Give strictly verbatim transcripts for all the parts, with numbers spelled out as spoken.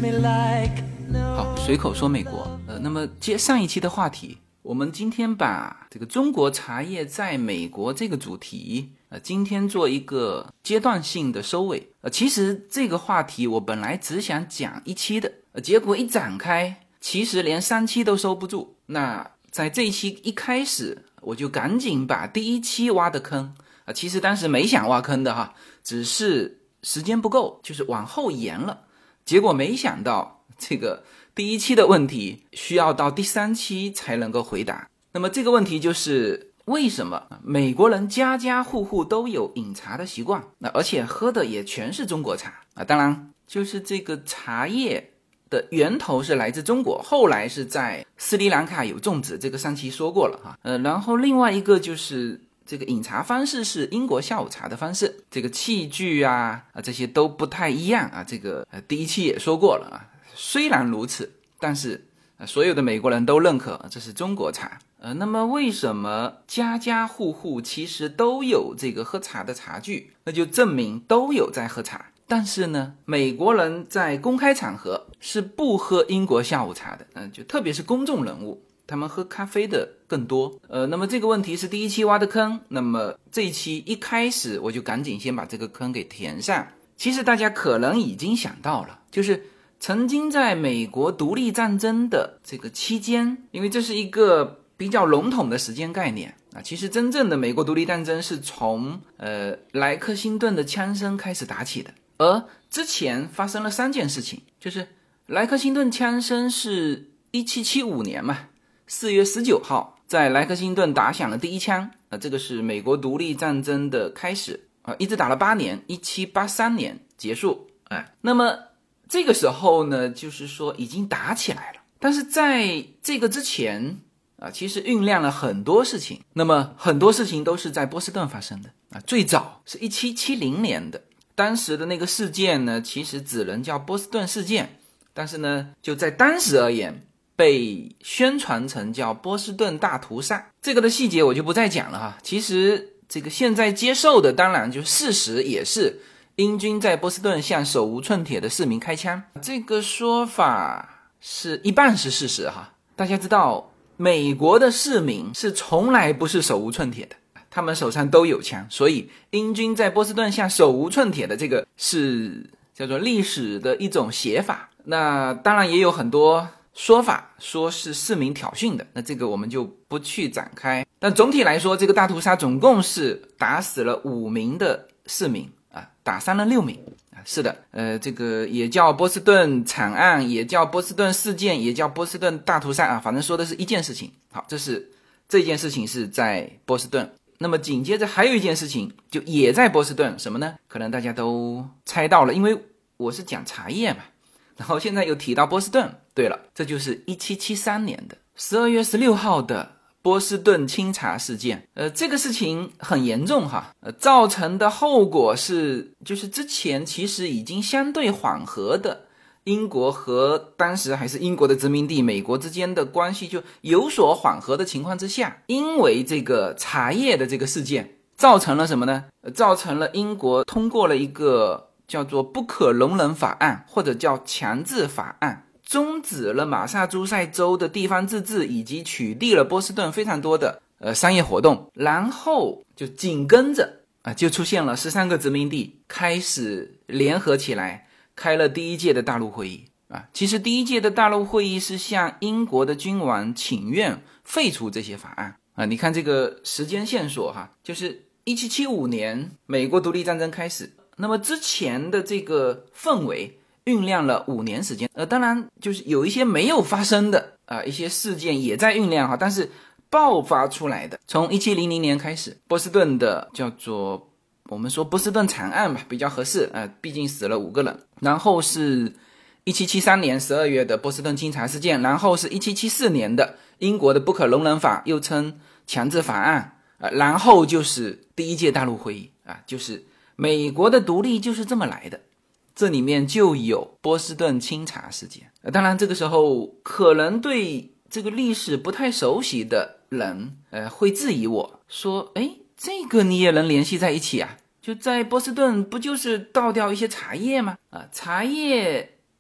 好，随口说美国。呃，那么接上一期的话题，我们今天把这个中国茶叶在美国这个主题，呃，今天做一个阶段性的收尾。呃，其实这个话题我本来只想讲一期的，呃，结果一展开，其实连三期都收不住。那在这一期一开始，我就赶紧把第一期挖的坑，啊，其实当时没想挖坑的哈，只是时间不够，就是往后延了。结果没想到这个第一期的问题需要到第三期才能够回答。那么这个问题就是为什么美国人家家户户都有饮茶的习惯，那而且喝的也全是中国茶啊？当然就是这个茶叶的源头是来自中国，后来是在斯里兰卡有种植，这个上期说过了哈。呃，然后另外一个就是这个饮茶方式是英国下午茶的方式，这个器具啊啊这些都不太一样啊，这个呃第一期也说过了啊。虽然如此，但是、呃、所有的美国人都认可这是中国茶。呃，那么为什么家家户户其实都有这个喝茶的茶具？那就证明都有在喝茶。但是呢，美国人在公开场合是不喝英国下午茶的，嗯、呃，就特别是公众人物，他们喝咖啡的更多。呃，那么这个问题是第一期挖的坑，那么这一期一开始我就赶紧先把这个坑给填上。其实大家可能已经想到了，就是曾经在美国独立战争的这个期间，因为这是一个比较笼统的时间概念啊，其实真正的美国独立战争是从呃莱克星顿的枪声开始打起的。而之前发生了三件事情，就是莱克星顿枪声是一七七五年嘛，四月十九号在莱克星顿打响了第一枪啊，这个是美国独立战争的开始啊，一直打了八年，一七八三年结束。哎，那么这个时候呢，就是说已经打起来了，但是在这个之前啊，其实酝酿了很多事情。那么很多事情都是在波士顿发生的啊，最早是一七七零年的。当时的那个事件呢，其实只能叫波士顿事件，但是呢，就在当时而言，被宣传成叫波士顿大屠杀。这个的细节我就不再讲了哈。其实这个现在接受的，当然就事实也是英军在波士顿向手无寸铁的市民开枪。这个说法是一半是事实哈。大家知道，美国的市民是从来不是手无寸铁的。他们手上都有枪，所以英军在波士顿下手无寸铁的这个是叫做历史的一种写法。那当然也有很多说法说是市民挑衅的，那这个我们就不去展开。但总体来说，这个大屠杀总共是打死了五名的市民啊，打伤了六名啊。是的，呃，这个也叫波士顿惨案，也叫波士顿事件，也叫波士顿大屠杀啊，反正说的是一件事情。好，这是这件事情是在波士顿。那么紧接着还有一件事情就也在波士顿，什么呢？可能大家都猜到了，因为我是讲茶叶嘛，然后现在又提到波士顿。对了，这就是一七七三年的十二月十六号的波士顿清茶事件。呃，这个事情很严重哈，呃，造成的后果是，就是之前其实已经相对缓和的英国和当时还是英国的殖民地美国之间的关系就有所缓和的情况之下，因为这个茶叶的这个事件造成了什么呢？造成了英国通过了一个叫做不可容忍法案，或者叫强制法案，终止了马萨诸塞州的地方自治，以及取缔了波士顿非常多的呃商业活动。然后就紧跟着啊，就出现了十三个殖民地开始联合起来开了第一届的大陆会议啊。其实第一届的大陆会议是向英国的君王请愿废除这些法案啊。你看这个时间线索哈，就是一七七五年美国独立战争开始，那么之前的这个氛围酝酿了五年时间。呃，当然就是有一些没有发生的啊，一些事件也在酝酿哈，但是爆发出来的，从一七零零年开始，波士顿的叫做我们说波士顿惨案吧，比较合适，呃，毕竟死了五个人。然后是一七七三年十二月的波士顿清茶事件，然后是一七七四年的英国的不可容忍法，又称强制法案，呃，然后就是第一届大陆会议啊，就是美国的独立就是这么来的。这里面就有波士顿清茶事件。呃，当然这个时候可能对这个历史不太熟悉的人，呃，会质疑我说，诶，这个你也能联系在一起啊？就在波士顿不就是倒掉一些茶叶吗？啊，茶叶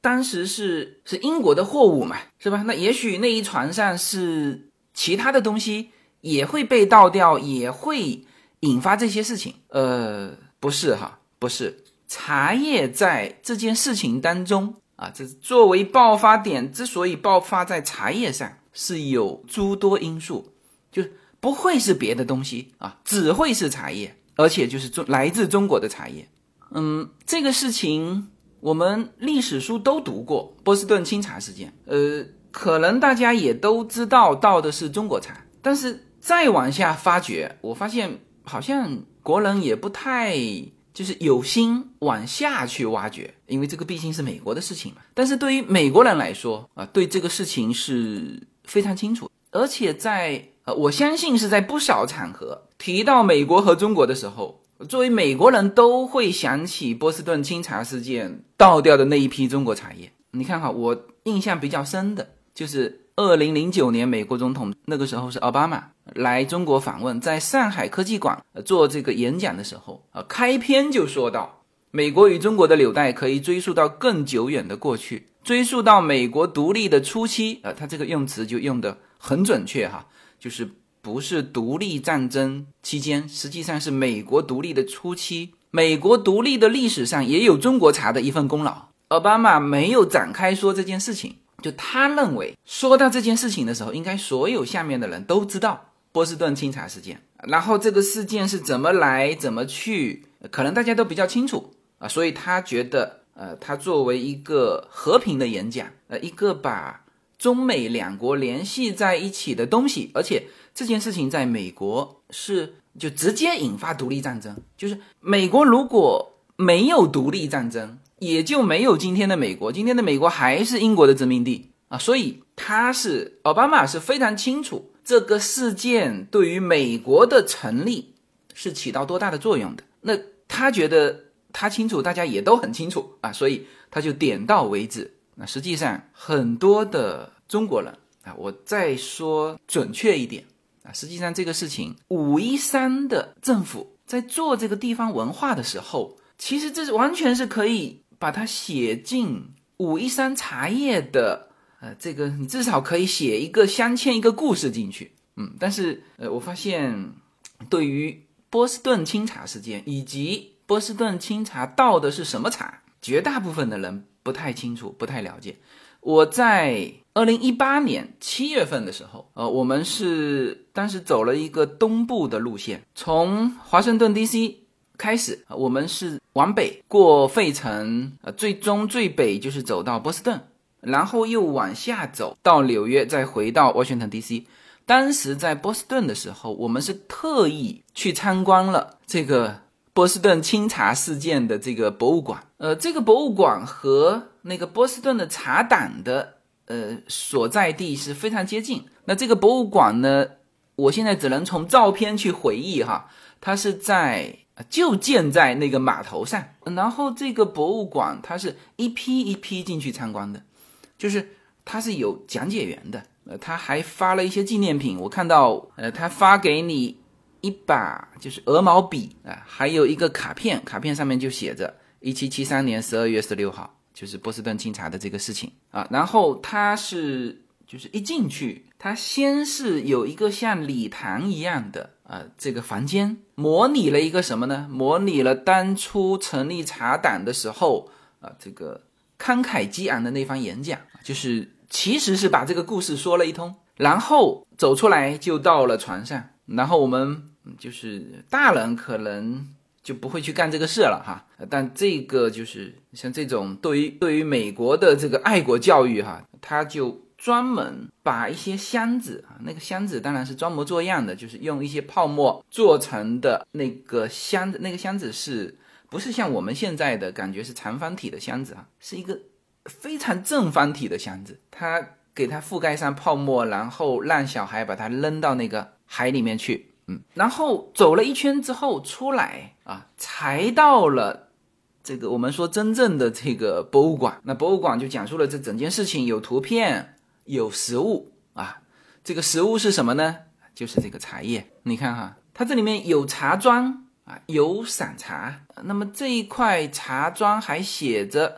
当时是是英国的货物嘛，是吧？那也许那一船上是其他的东西也会被倒掉，也会引发这些事情。呃，不是哈，不是。茶叶在这件事情当中啊，这作为爆发点，之所以爆发在茶叶上，是有诸多因素，就是不会是别的东西啊，只会是茶叶，而且就是中来自中国的茶叶。嗯，这个事情我们历史书都读过，波士顿清茶事件，呃，可能大家也都知道到的是中国茶，但是再往下发掘，我发现好像国人也不太就是有心往下去挖掘，因为这个毕竟是美国的事情嘛。但是对于美国人来说啊，对这个事情是非常清楚，而且在呃，我相信是在不少场合提到美国和中国的时候，作为美国人都会想起波士顿清茶事件倒掉的那一批中国茶叶。你看哈，我印象比较深的就是二零零九年美国总统，那个时候是奥巴马来中国访问，在上海科技馆做这个演讲的时候，呃，开篇就说到美国与中国的纽带可以追溯到更久远的过去，追溯到美国独立的初期，呃，他这个用词就用得很准确哈，就是不是独立战争期间，实际上是美国独立的初期。美国独立的历史上也有中国茶的一份功劳。奥巴马没有展开说这件事情，就他认为说到这件事情的时候，应该所有下面的人都知道波士顿清茶事件，然后这个事件是怎么来怎么去，可能大家都比较清楚啊，所以他觉得呃，他作为一个和平的演讲，呃，一个把中美两国联系在一起的东西，而且这件事情在美国是就直接引发独立战争，就是美国如果没有独立战争，也就没有今天的美国，今天的美国还是英国的殖民地啊，所以他是奥巴马是非常清楚这个事件对于美国的成立是起到多大的作用的。那他觉得他清楚，大家也都很清楚啊，所以他就点到为止。那实际上很多的中国人啊，我再说准确一点啊，实际上这个事情五一三的政府在做这个地方文化的时候，其实这完全是可以把它写进五一三茶叶的呃，这个你至少可以写一个镶嵌一个故事进去。嗯，但是呃，我发现对于波士顿清茶事件以及波士顿清茶倒的是什么茶，绝大部分的人不太清楚，不太了解。我在二零一八年七月份的时候，呃，我们是当时走了一个东部的路线，从华盛顿 D C 开始，我们是往北过费城，呃，最终最北就是走到波士顿，然后又往下走到纽约，再回到 Washington D C。 当时在波士顿的时候，我们是特意去参观了这个波士顿清茶事件的这个博物馆。呃，这个博物馆和那个波士顿的茶党的呃所在地是非常接近。那这个博物馆呢，我现在只能从照片去回忆哈，它是在就建在那个码头上，然后这个博物馆它是一批一批进去参观的，就是它是有讲解员的，呃，他还发了一些纪念品，我看到呃，他发给你一把就是鹅毛笔啊、呃，还有一个卡片，卡片上面就写着一七七三年十二月十六号，就是波士顿清茶的这个事情啊。然后他是就是一进去，他先是有一个像礼堂一样的呃这个房间，模拟了一个什么呢？模拟了当初成立茶党的时候啊、呃、这个慷慨激昂的那番演讲，就是其实是把这个故事说了一通，然后走出来就到了船上，然后我们就是大人可能就不会去干这个事了哈，但这个就是像这种对于对于美国的这个爱国教育哈，他就专门把一些箱子啊，那个箱子当然是装模作样的，就是用一些泡沫做成的那个箱子，那个箱子是不是像我们现在的感觉是长方体的箱子啊，是一个非常正方体的箱子，它给它覆盖上泡沫，然后让小孩把它扔到那个海里面去，嗯，然后走了一圈之后出来啊，才到了这个我们说真正的这个博物馆。那博物馆就讲述了这整件事情，有图片，有实物啊。这个实物是什么呢？就是这个茶叶。你看哈，它这里面有茶庄啊，有散茶。那么这一块茶庄还写着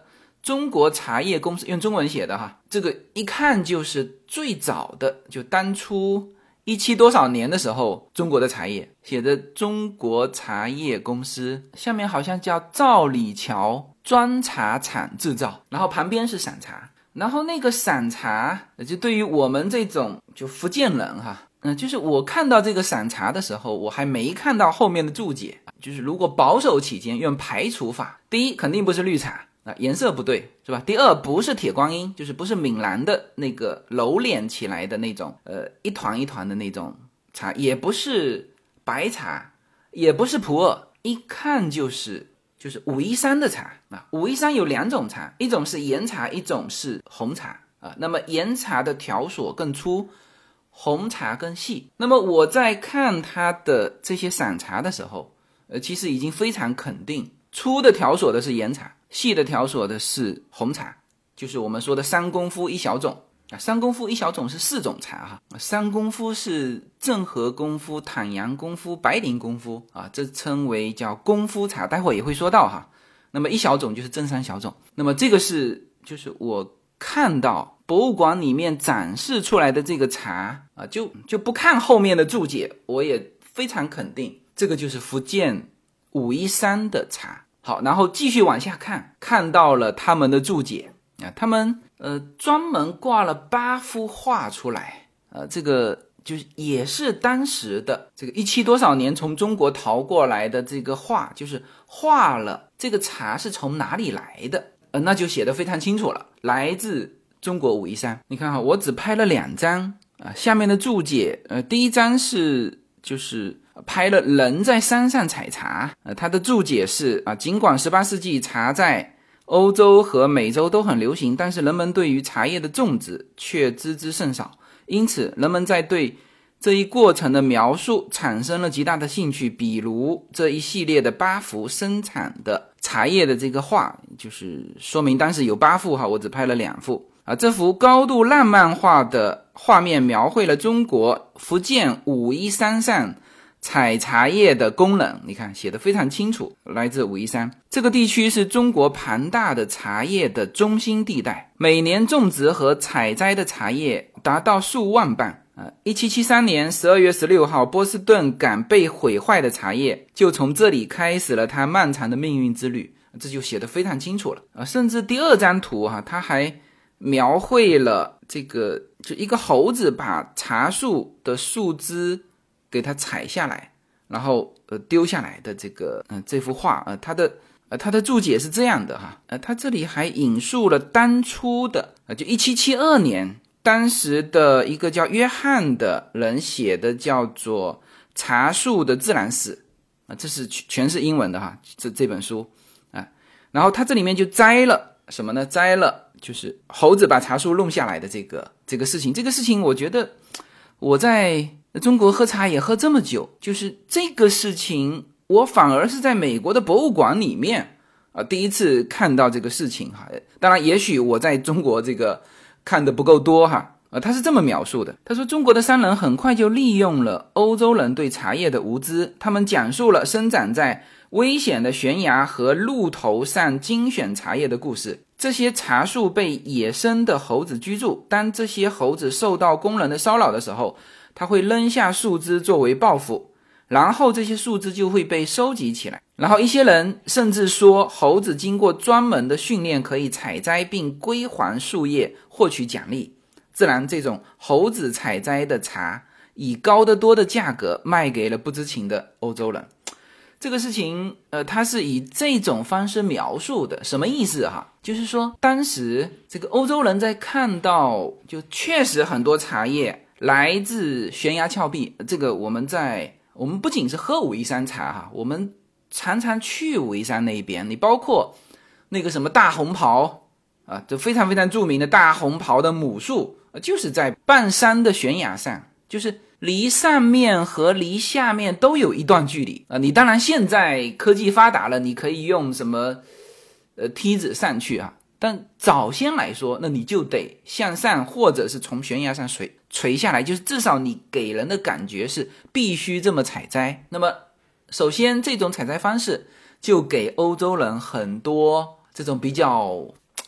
中国茶叶公司，用中文写的哈，这个一看就是最早的，就当初一七多少年的时候，中国的茶叶写的中国茶叶公司，下面好像叫赵李桥砖茶厂制造，然后旁边是散茶，然后那个散茶就对于我们这种就福建人哈，嗯，就是我看到这个散茶的时候，我还没看到后面的注解，就是如果保守起见，用排除法，第一肯定不是绿茶。啊，颜色不对是吧？第二，不是铁观音，就是不是闽南的那个揉捻起来的那种，呃，一团一团的那种茶，也不是白茶，也不是普洱，一看就是就是武夷山的茶啊。武夷山有两种茶，一种是岩茶，一种是红茶啊。那么岩茶的条索更粗，红茶更细。那么我在看它的这些散茶的时候，呃，其实已经非常肯定，粗的条索的是岩茶。细的条索的是红茶，就是我们说的三功夫一小种啊。三功夫一小种是四种茶哈，三功夫是正和功夫、坦阳功夫、白灵功夫啊，这称为叫功夫茶，待会儿也会说到哈。那么一小种就是正三小种。那么这个是就是我看到博物馆里面展示出来的这个茶啊，就就不看后面的注解，我也非常肯定，这个就是福建武夷山的茶。好，然后继续往下看，看到了他们的注解啊，他们呃专门挂了八幅画出来，呃，这个就是也是当时的这个一七多少年从中国逃过来的这个画，就是画了这个茶是从哪里来的，呃，那就写得非常清楚了，来自中国武夷山。你看哈，我只拍了两张啊，下面的注解，呃，第一张是就是拍了人在山上采茶，呃，他的注解是啊，尽管十八世纪茶在欧洲和美洲都很流行，但是人们对于茶叶的种植却知之甚少，因此人们在对这一过程的描述产生了极大的兴趣，比如这一系列的八幅生产的茶叶的这个画，就是说明当时有八幅哈，我只拍了两幅啊。这幅高度浪漫化的画面描绘了中国福建武夷山上采茶叶的功能，你看写得非常清楚，来自武夷山这个地区是中国庞大的茶叶的中心地带，每年种植和采摘的茶叶达到数万磅。呃，一七七三年十二月十六号，波士顿港被毁坏的茶叶就从这里开始了它漫长的命运之旅，这就写得非常清楚了啊。甚至第二张图哈、啊，它还描绘了这个就一个猴子把茶树的树枝给它采下来，然后呃丢下来的这个嗯、呃、这幅画呃它的呃它的注解是这样的哈，呃它这里还引述了当初的呃就一七七二年当时的一个叫约翰的人写的叫做茶树的自然史啊、呃，这是全是英文的哈，这这本书啊、呃，然后它这里面就摘了什么呢？摘了就是猴子把茶树弄下来的这个这个事情，这个事情我觉得我在中国喝茶也喝这么久，就是这个事情我反而是在美国的博物馆里面啊、呃、第一次看到这个事情哈。当然也许我在中国这个看的不够多哈，呃他是这么描述的，他说中国的商人很快就利用了欧洲人对茶叶的无知，他们讲述了生长在危险的悬崖和路头上精选茶叶的故事。这些茶树被野生的猴子居住，当这些猴子受到工人的骚扰的时候，他会扔下树枝作为报复，然后这些树枝就会被收集起来，然后一些人甚至说猴子经过专门的训练可以采摘并归还树叶获取奖励，自然这种猴子采摘的茶以高得多的价格卖给了不知情的欧洲人。这个事情呃，它是以这种方式描述的，什么意思哈？就是说当时这个欧洲人在看到就确实很多茶叶来自悬崖峭壁，这个我们在我们不仅是喝武夷山茶哈，我们常常去武夷山那边，你包括那个什么大红袍啊，就非常非常著名的大红袍的母树，就是在半山的悬崖上，就是离上面和离下面都有一段距离啊。你当然现在科技发达了，你可以用什么呃梯子上去啊，但早先来说，那你就得向上或者是从悬崖上垂垂下来，就是至少你给人的感觉是必须这么采摘。那么首先这种采摘方式就给欧洲人很多这种比较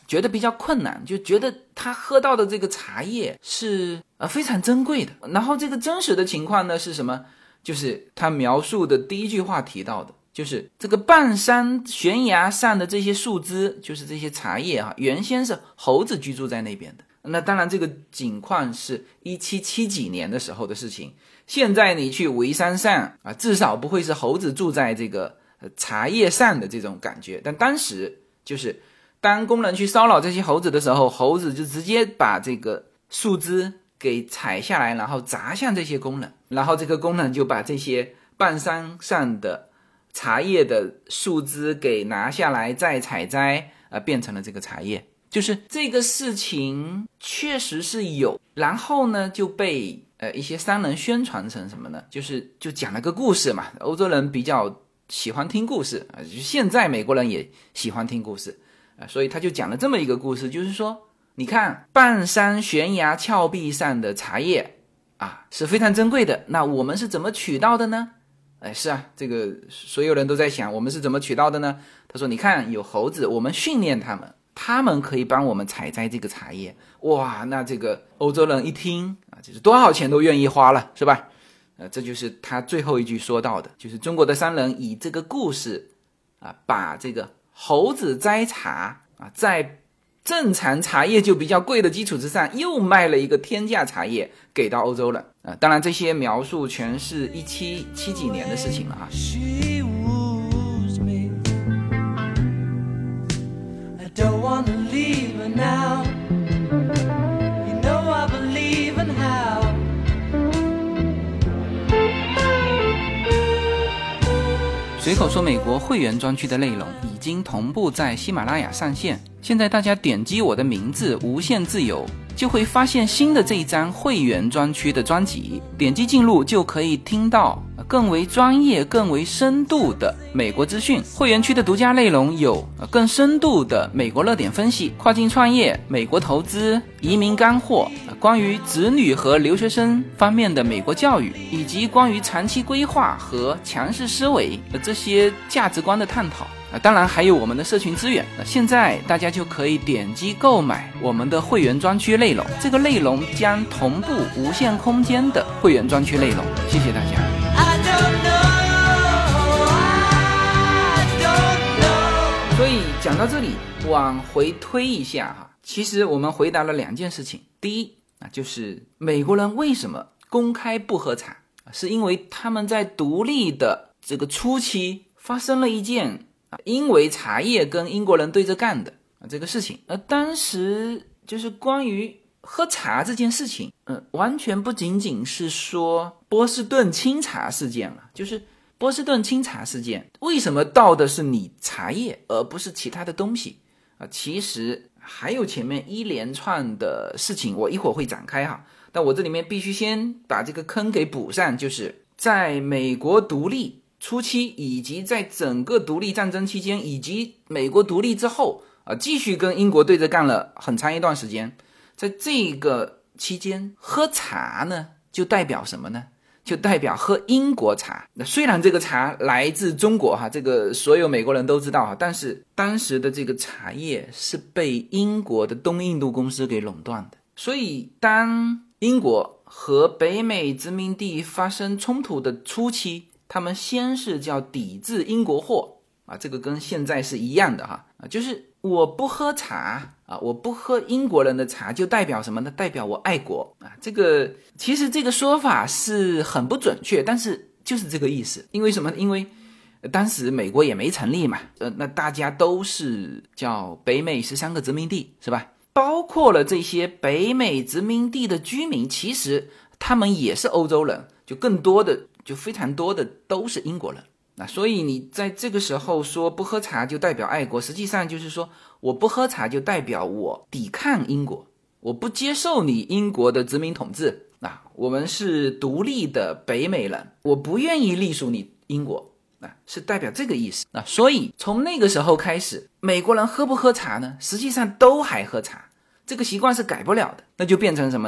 觉得比较困难，就觉得他喝到的这个茶叶是呃非常珍贵的。然后这个真实的情况呢是什么？就是他描述的第一句话提到的，就是这个半山悬崖上的这些树枝，就是这些茶叶啊，原先是猴子居住在那边的。那当然这个景况是一七七几年的时候的事情，现在你去潍山上啊，至少不会是猴子住在这个茶叶上的这种感觉。但当时就是当工人去骚扰这些猴子的时候，猴子就直接把这个树枝给采下来，然后砸向这些工人，然后这个工人就把这些半山上的茶叶的树枝给拿下来再采摘，呃，变成了这个茶叶。就是这个事情确实是有，然后呢就被呃一些商人宣传成什么呢？就是就讲了个故事嘛，欧洲人比较喜欢听故事啊，现在美国人也喜欢听故事啊，所以他就讲了这么一个故事，就是说，你看半山悬崖峭壁上的茶叶啊是非常珍贵的，那我们是怎么取到的呢？哎，是啊，这个所有人都在想我们是怎么取到的呢？他说，你看有猴子，我们训练他们。他们可以帮我们采摘这个茶叶，哇，那这个欧洲人一听啊，就是多少钱都愿意花了，是吧？呃，这就是他最后一句说到的，就是中国的商人以这个故事啊，把这个猴子摘茶啊，在正常茶叶就比较贵的基础之上，又卖了一个天价茶叶给到欧洲人啊。当然，这些描述全是一七七几年的事情了啊。 Don't wanna leave her now. You know I believe in how. 随口说美国会员专区的内容已经同步在喜马拉雅上线，现在大家点击我的名字无限自由，就会发现新的这一张会员专区的专辑，点击进入就可以听到更为专业更为深度的美国资讯。会员区的独家内容有更深度的美国热点分析、跨境创业、美国投资、移民干货，关于子女和留学生方面的美国教育，以及关于长期规划和强势思维的这些价值观的探讨。当然还有我们的社群资源，现在大家就可以点击购买我们的会员专区内容，这个内容将同步无限空间的会员专区内容。谢谢大家。所以讲到这里，往回推一下哈，其实我们回答了两件事情。第一啊，就是美国人为什么公开不喝茶，是因为他们在独立的这个初期发生了一件啊，因为茶叶跟英国人对着干的啊这个事情。而当时就是关于喝茶这件事情，嗯，完全不仅仅是说波士顿清茶事件了，就是波士顿清茶事件为什么盗的是你茶叶而不是其他的东西啊？其实还有前面一连串的事情，我一会儿会展开哈。但我这里面必须先把这个坑给补上，就是在美国独立初期，以及在整个独立战争期间，以及美国独立之后啊，继续跟英国对着干了很长一段时间。在这个期间，喝茶呢就代表什么呢？就代表喝英国茶。那虽然这个茶来自中国哈，这个所有美国人都知道哈，但是当时的这个茶叶是被英国的东印度公司给垄断的。所以当英国和北美殖民地发生冲突的初期，他们先是叫抵制英国货啊，这个跟现在是一样的哈啊，就是我不喝茶啊，我不喝英国人的茶，就代表什么呢？代表我爱国啊。这个其实这个说法是很不准确，但是就是这个意思。因为什么？因为当时美国也没成立嘛，呃，那大家都是叫北美十三个殖民地，是吧？包括了这些北美殖民地的居民，其实他们也是欧洲人，就更多的就非常多的都是英国人。那所以你在这个时候说不喝茶就代表爱国，实际上就是说我不喝茶就代表我抵抗英国，我不接受你英国的殖民统治啊，我们是独立的北美人，我不愿意隶属你英国啊，是代表这个意思啊。所以从那个时候开始，美国人喝不喝茶呢？实际上都还喝茶，这个习惯是改不了的。那就变成什么呢？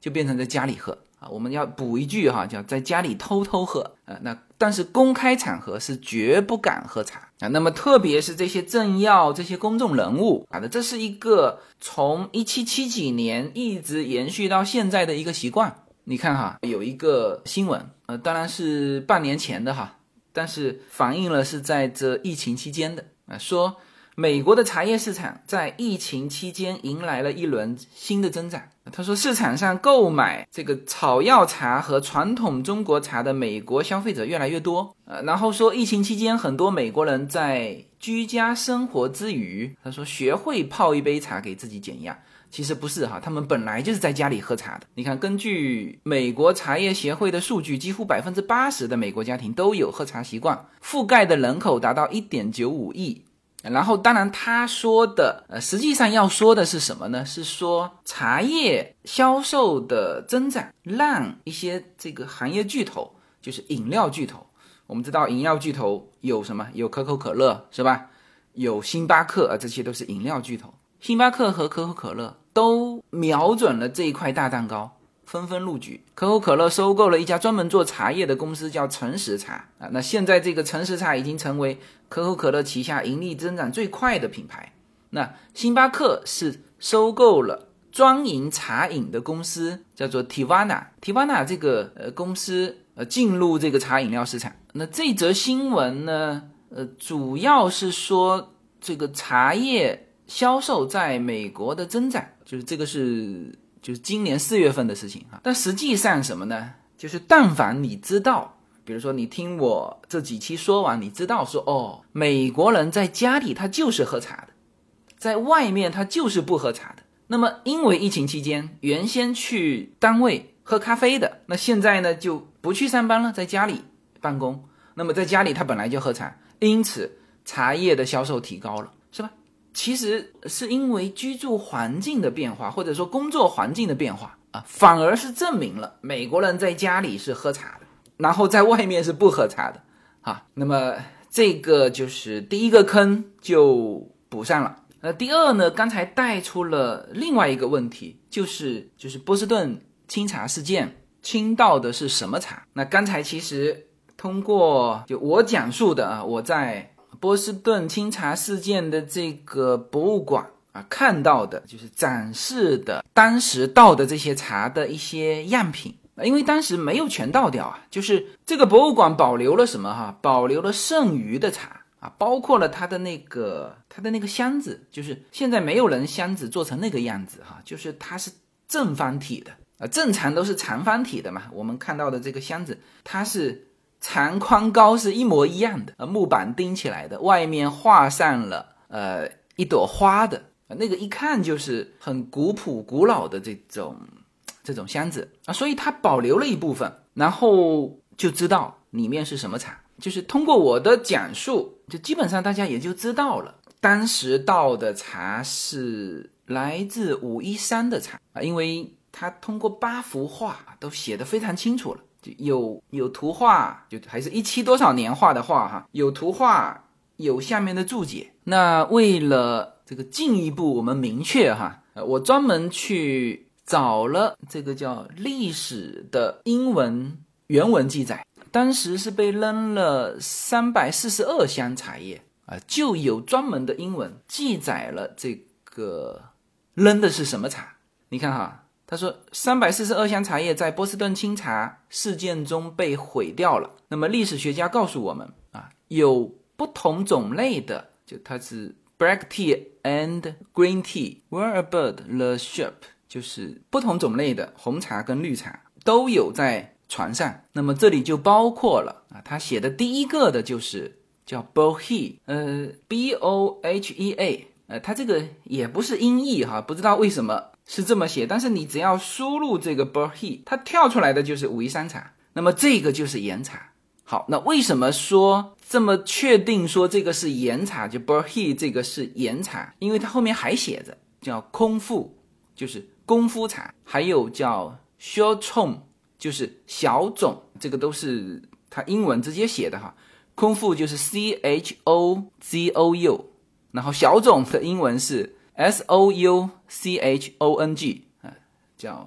就变成在家里喝啊。我们要补一句哈，叫在家里偷偷喝啊。那但是公开场合是绝不敢喝茶啊。那么特别是这些政要、这些公众人物啊，这是一个从一七七几年一直延续到现在的一个习惯。你看哈，有一个新闻，呃，当然是半年前的哈，但是反映了是在这疫情期间的啊，说美国的茶叶市场在疫情期间迎来了一轮新的增长。他说市场上购买这个草药茶和传统中国茶的美国消费者越来越多，呃，然后说疫情期间很多美国人在居家生活之余，他说学会泡一杯茶给自己减压。其实不是哈，他们本来就是在家里喝茶的。你看，根据美国茶叶协会的数据，几乎 百分之八十 的美国家庭都有喝茶习惯，覆盖的人口达到 一点九五亿。然后当然他说的呃，实际上要说的是什么呢？是说茶叶销售的增长让一些这个行业巨头，就是饮料巨头，我们知道饮料巨头有什么？有可口可乐是吧？有星巴克啊，这些都是饮料巨头。星巴克和可口可乐都瞄准了这一块大蛋糕，纷纷入局。可口可乐收购了一家专门做茶叶的公司，叫诚实茶啊。那现在这个诚实茶已经成为可口可乐旗下盈利增长最快的品牌。那星巴克是收购了专营茶饮的公司，叫做 Teavana。Teavana 这个呃公司呃进入这个茶饮料市场。那这则新闻呢，呃主要是说这个茶叶销售在美国的增长，就是这个是就是今年四月份的事情啊。但实际上什么呢？就是但凡你知道，比如说你听我这几期说完，你知道说哦，美国人在家里他就是喝茶的，在外面他就是不喝茶的。那么因为疫情期间，原先去单位喝咖啡的，那现在呢就不去上班了，在家里办公。那么在家里他本来就喝茶，因此茶叶的销售提高了，是吧？其实是因为居住环境的变化，或者说工作环境的变化啊，反而是证明了美国人在家里是喝茶的，然后在外面是不喝茶的啊。那么这个就是第一个坑就补上了。呃，第二呢，刚才带出了另外一个问题，就是就是波士顿清茶事件倾倒的是什么茶？那刚才其实通过就我讲述的啊，我在波士顿清茶事件的这个博物馆啊看到的，就是展示的当时倒的这些茶的一些样品，因为当时没有全倒掉啊，就是这个博物馆保留了什么哈？保留了剩余的茶啊，包括了它的那个它的那个箱子，就是现在没有人箱子做成那个样子哈，就是它是正方体的啊，正常都是长方体的嘛，我们看到的这个箱子它是长宽高是一模一样的，木板钉起来的，外面画上了呃一朵花的，那个一看就是很古朴古老的这种这种箱子啊，所以它保留了一部分，然后就知道里面是什么茶。就是通过我的讲述，就基本上大家也就知道了，当时倒的茶是来自武夷山的茶啊，因为它通过八幅画都写得非常清楚了。就有有图画，就还是一七多少年画的画哈，有图画，有下面的注解。那为了这个进一步我们明确哈，我专门去找了这个叫历史的英文原文记载，当时是被扔了三百四十二箱茶叶啊，就有专门的英文记载了这个扔的是什么茶。你看哈。他说三百四十二箱茶叶在波士顿清茶事件中被毁掉了。那么历史学家告诉我们啊，有不同种类的，就它是 black tea and green tea were aboard the ship， 就是不同种类的红茶跟绿茶都有在船上。那么这里就包括了啊，他写的第一个的就是叫 Bohea， 呃 B O H E A， 呃，它这个也不是音译哈，不知道为什么是这么写，但是你只要输入这个 Bohea， 它跳出来的就是武夷山茶，那么这个就是岩茶。好，那为什么说这么确定说这个是岩茶，就 Bohea 这个是岩茶？因为它后面还写着叫空腹，就是功夫茶，还有叫 short chong， 就是小种，这个都是它英文直接写的哈。空腹就是 C H O Z O U， 然后小种的英文是 S O U C H O N G， 叫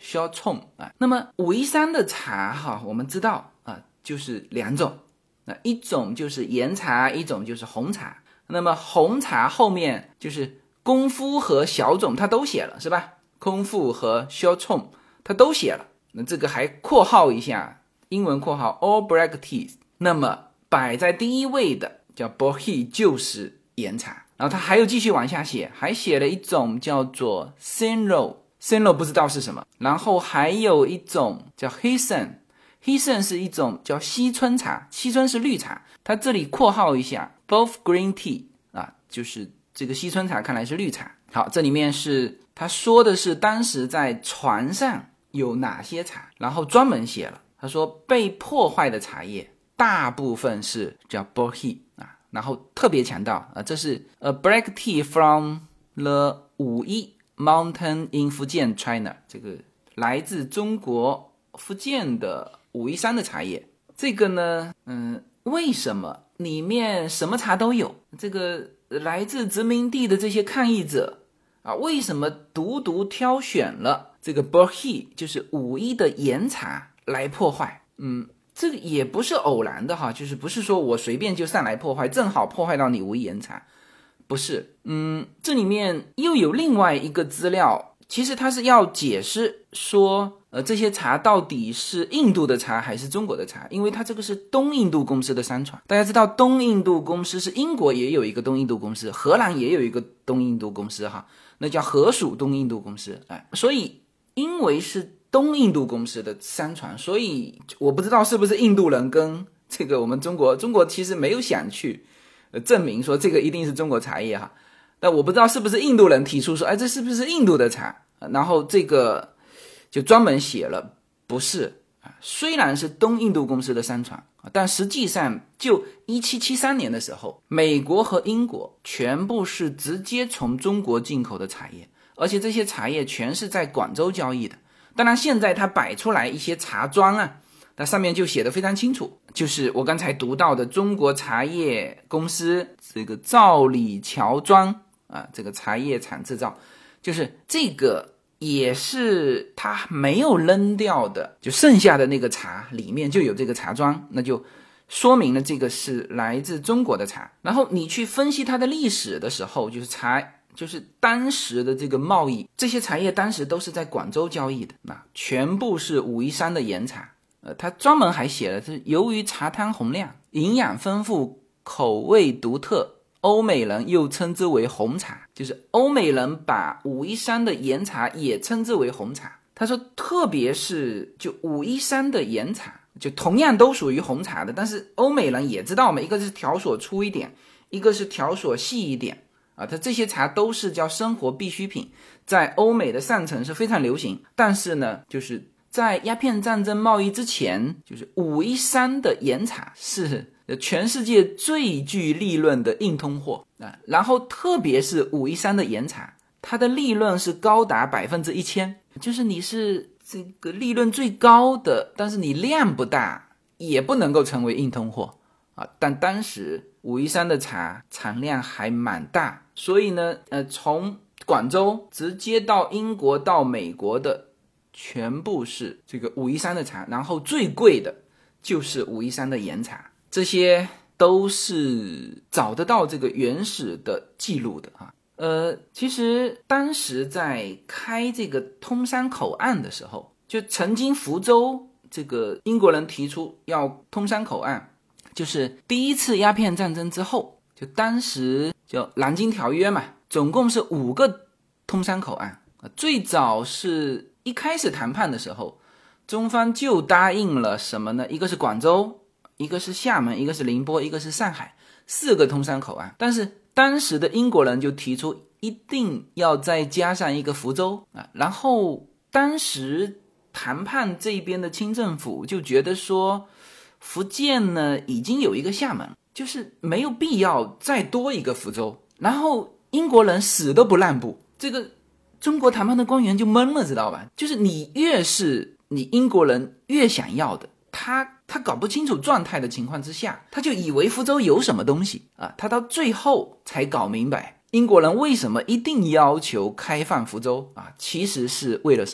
小冲啊。那么武夷山的茶哈，我们知道啊，就是两种，那一种就是岩茶，一种就是红茶。那么红茶后面就是功夫和小种它都写了是吧？功夫和小冲它都写了，那这个还括号一下，英文括号 all black tea。 那么摆在第一位的叫 Bohea 就是岩茶，然后他还有继续往下写，还写了一种叫做 Senro Senro 不知道是什么，然后还有一种叫 Hisen Hisen 是一种叫西村茶，西村是绿茶，他这里括号一下 both green tea 啊，就是这个西村茶看来是绿茶。好，这里面是他说的是当时在船上有哪些茶，然后专门写了，他说被破坏的茶叶大部分是叫 Bohea 啊，然后特别强调啊，这是 a black tea from the 武夷 mountain in 福建 China， 这个来自中国福建的武夷山的茶叶。这个呢，嗯，为什么里面什么茶都有？这个来自殖民地的这些抗议者啊，为什么独独挑选了这个 Bohea 就是武夷的岩茶来破坏？嗯。这个也不是偶然的哈，就是不是说我随便就上来破坏，正好破坏到你武夷岩茶，不是。嗯，这里面又有另外一个资料，其实它是要解释说，呃，这些茶到底是印度的茶还是中国的茶，因为它这个是东印度公司的商船。大家知道东印度公司是英国也有一个东印度公司，荷兰也有一个东印度公司哈，那叫荷属东印度公司。哎，所以因为是东印度公司的商船，所以我不知道是不是印度人跟这个我们中国，中国其实没有想去呃证明说这个一定是中国茶叶哈，但我不知道是不是印度人提出说，哎，这是不是印度的茶？然后这个就专门写了不是啊，虽然是东印度公司的商船，但实际上就一七七三年的时候，美国和英国全部是直接从中国进口的茶叶，而且这些茶叶全是在广州交易的。当然现在它摆出来一些茶庄啊，它上面就写得非常清楚，就是我刚才读到的中国茶叶公司这个兆里乔庄啊，这个茶叶厂制造，就是这个也是它没有扔掉的，就剩下的那个茶里面就有这个茶庄，那就说明了这个是来自中国的茶。然后你去分析它的历史的时候，就是茶就是当时的这个贸易，这些茶叶当时都是在广州交易的，那全部是武夷山的岩茶。呃，他专门还写了，是由于茶汤洪亮、营养丰富、口味独特，欧美人又称之为红茶，就是欧美人把武夷山的岩茶也称之为红茶。他说，特别是就武夷山的岩茶，就同样都属于红茶的，但是欧美人也知道嘛，一个是条索粗一点，一个是条索细一点。啊，它这些茶都是叫生活必需品，在欧美的上层是非常流行。但是呢，就是在鸦片战争贸易之前，就是武夷山的岩茶是全世界最具利润的硬通货啊。然后特别是武夷山的岩茶，它的利润是高达百分之一千，就是你是这个利润最高的，但是你量不大，也不能够成为硬通货啊。但当时武夷山的茶产量还蛮大，所以呢，呃，从广州直接到英国到美国的全部是这个武夷山的茶，然后最贵的就是武夷山的岩茶，这些都是找得到这个原始的记录的啊。呃，其实当时在开这个通山口岸的时候，就曾经福州这个英国人提出要通山口岸。就是第一次鸦片战争之后，就当时叫南京条约嘛，总共是五个通山口岸。最早是一开始谈判的时候，中方就答应了什么呢？一个是广州，一个是厦门，一个是宁波，一个是上海，四个通山口岸。但是当时的英国人就提出一定要再加上一个福州啊，然后当时谈判这边的清政府就觉得说，福建呢已经有一个厦门，就是没有必要再多一个福州。然后英国人死都不让步，这个中国谈判的官员就懵了，知道吧？就是你越是你英国人越想要的，他他搞不清楚状态的情况之下，他就以为福州有什么东西啊，他到最后才搞明白英国人为什么一定要求开放福州啊，其实是为了什么？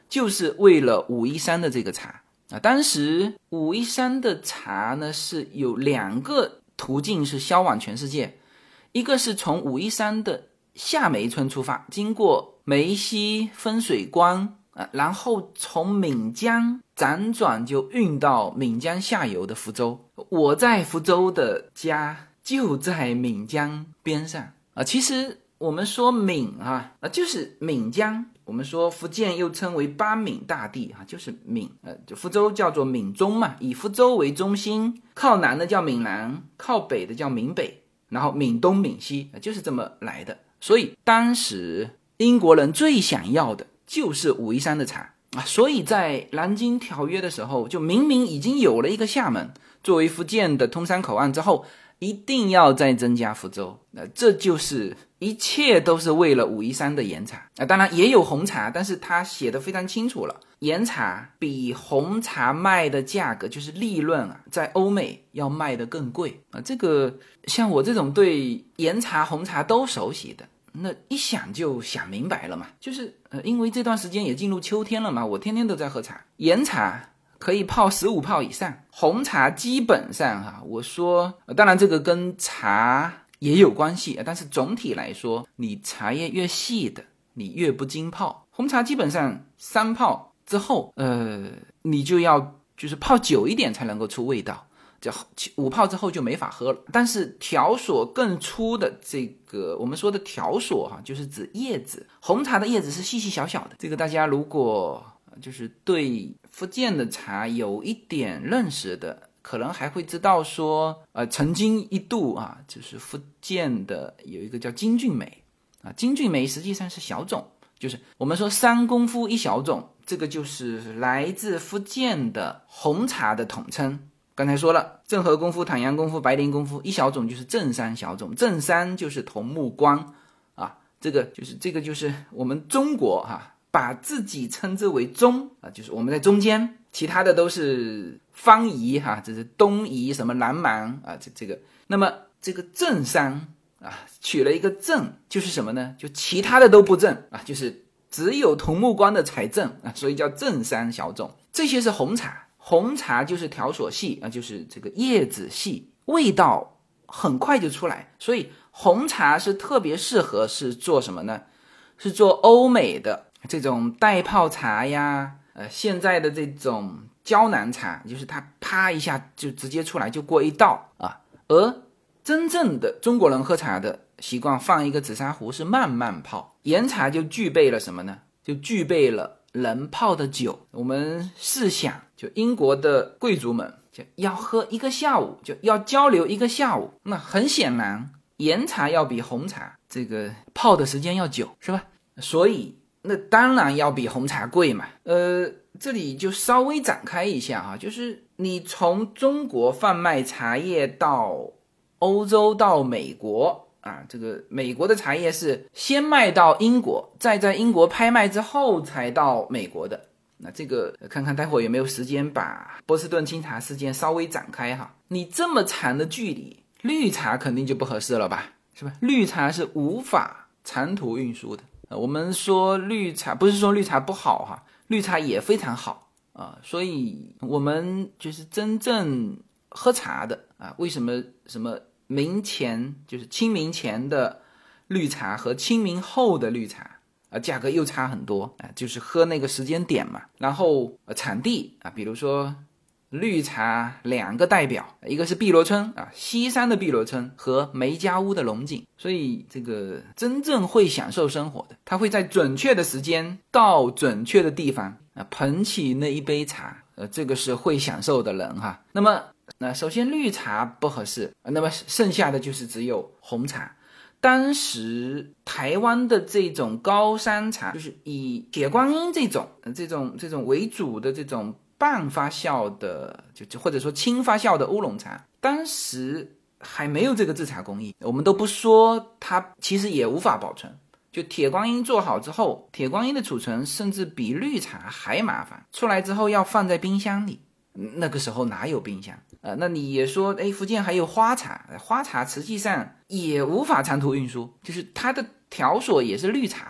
就是为了武夷山的这个茶啊。当时武夷山的茶呢是有两个途径是销往全世界，一个是从武夷山的下梅村出发，经过梅溪分水关啊，然后从岷江辗转就运到岷江下游的福州。我在福州的家就在岷江边上啊。其实我们说岷啊，就是岷江。我们说福建又称为八闽大地啊，就是闽，呃，就福州叫做闽中嘛，以福州为中心，靠南的叫闽南，靠北的叫闽北，然后闽东闽西，就是这么来的。所以当时英国人最想要的就是武夷山的茶啊，所以在南京条约的时候，就明明已经有了一个厦门作为福建的通商口岸之后，一定要再增加福州，那这就是一切都是为了武夷山的岩茶啊。当然也有红茶，但是他写的非常清楚了，岩茶比红茶卖的价格就是利润啊，在欧美要卖的更贵啊。这个像我这种对岩茶红茶都熟悉的，那一想就想明白了嘛，就是呃，因为这段时间也进入秋天了嘛，我天天都在喝茶。岩茶可以泡十五泡以上，红茶基本上哈、啊，我说、呃、当然这个跟茶也有关系，但是总体来说，你茶叶越细的，你越不经泡。红茶基本上三泡之后，呃，你就要就是泡久一点才能够出味道。这五泡之后就没法喝了。但是条索更粗的这个我们说的条索哈、啊，就是指叶子。红茶的叶子是细细小小的，这个大家如果就是对福建的茶有一点认识的，可能还会知道说，呃，曾经一度啊，就是福建的有一个叫金骏眉啊，金骏眉实际上是小种，就是我们说三功夫一小种，这个就是来自福建的红茶的统称。刚才说了，正和功夫、坦阳功夫、白灵功夫，一小种就是正山小种，正山就是桐木光啊，这个就是这个就是我们中国哈、啊，把自己称之为中啊，就是我们在中间，其他的都是方夷哈、啊，这是东夷什么南蛮啊，这这个，那么这个正山啊，取了一个正，就是什么呢？就其他的都不正啊，就是只有桐木光的才正啊，所以叫正山小种。这些是红茶。红茶就是条索细啊，就是这个叶子细，味道很快就出来，所以红茶是特别适合是做什么呢？是做欧美的这种袋泡茶呀，呃，现在的这种胶囊茶，就是它啪一下就直接出来就过一道啊。而真正的中国人喝茶的习惯，放一个紫砂壶是慢慢泡，岩茶就具备了什么呢？就具备了能泡的久。我们试想，就英国的贵族们就要喝一个下午，就要交流一个下午，那很显然岩茶要比红茶这个泡的时间要久，是吧？所以那当然要比红茶贵嘛。呃，这里就稍微展开一下啊，就是你从中国贩卖茶叶到欧洲到美国啊，这个美国的茶叶是先卖到英国，再在英国拍卖之后才到美国的。那这个看看待会有没有时间把波士顿清茶事件稍微展开哈。你这么长的距离，绿茶肯定就不合适了吧，是吧？绿茶是无法长途运输的。呃、我们说绿茶不是说绿茶不好哈，绿茶也非常好啊。所以我们就是真正喝茶的啊，为什么什么明前就是清明前的绿茶和清明后的绿茶啊，价格又差很多啊，就是喝那个时间点嘛。然后、呃、产地啊，比如说绿茶两个代表，一个是碧螺春啊，西山的碧螺春和梅家坞的龙井。所以这个真正会享受生活的，他会在准确的时间到准确的地方啊，捧起那一杯茶，呃，这个是会享受的人哈。那么那首先绿茶不合适，那么剩下的就是只有红茶。当时台湾的这种高山茶，就是以铁观音这种这种这种为主的这种半发酵的，就或者说轻发酵的乌龙茶，当时还没有这个制茶工艺。我们都不说它其实也无法保存，就铁观音做好之后，铁观音的储存甚至比绿茶还麻烦，出来之后要放在冰箱里，那个时候哪有冰箱？呃，那你也说，哎，福建还有花茶，花茶实际上也无法长途运输，就是它的条索也是绿茶的，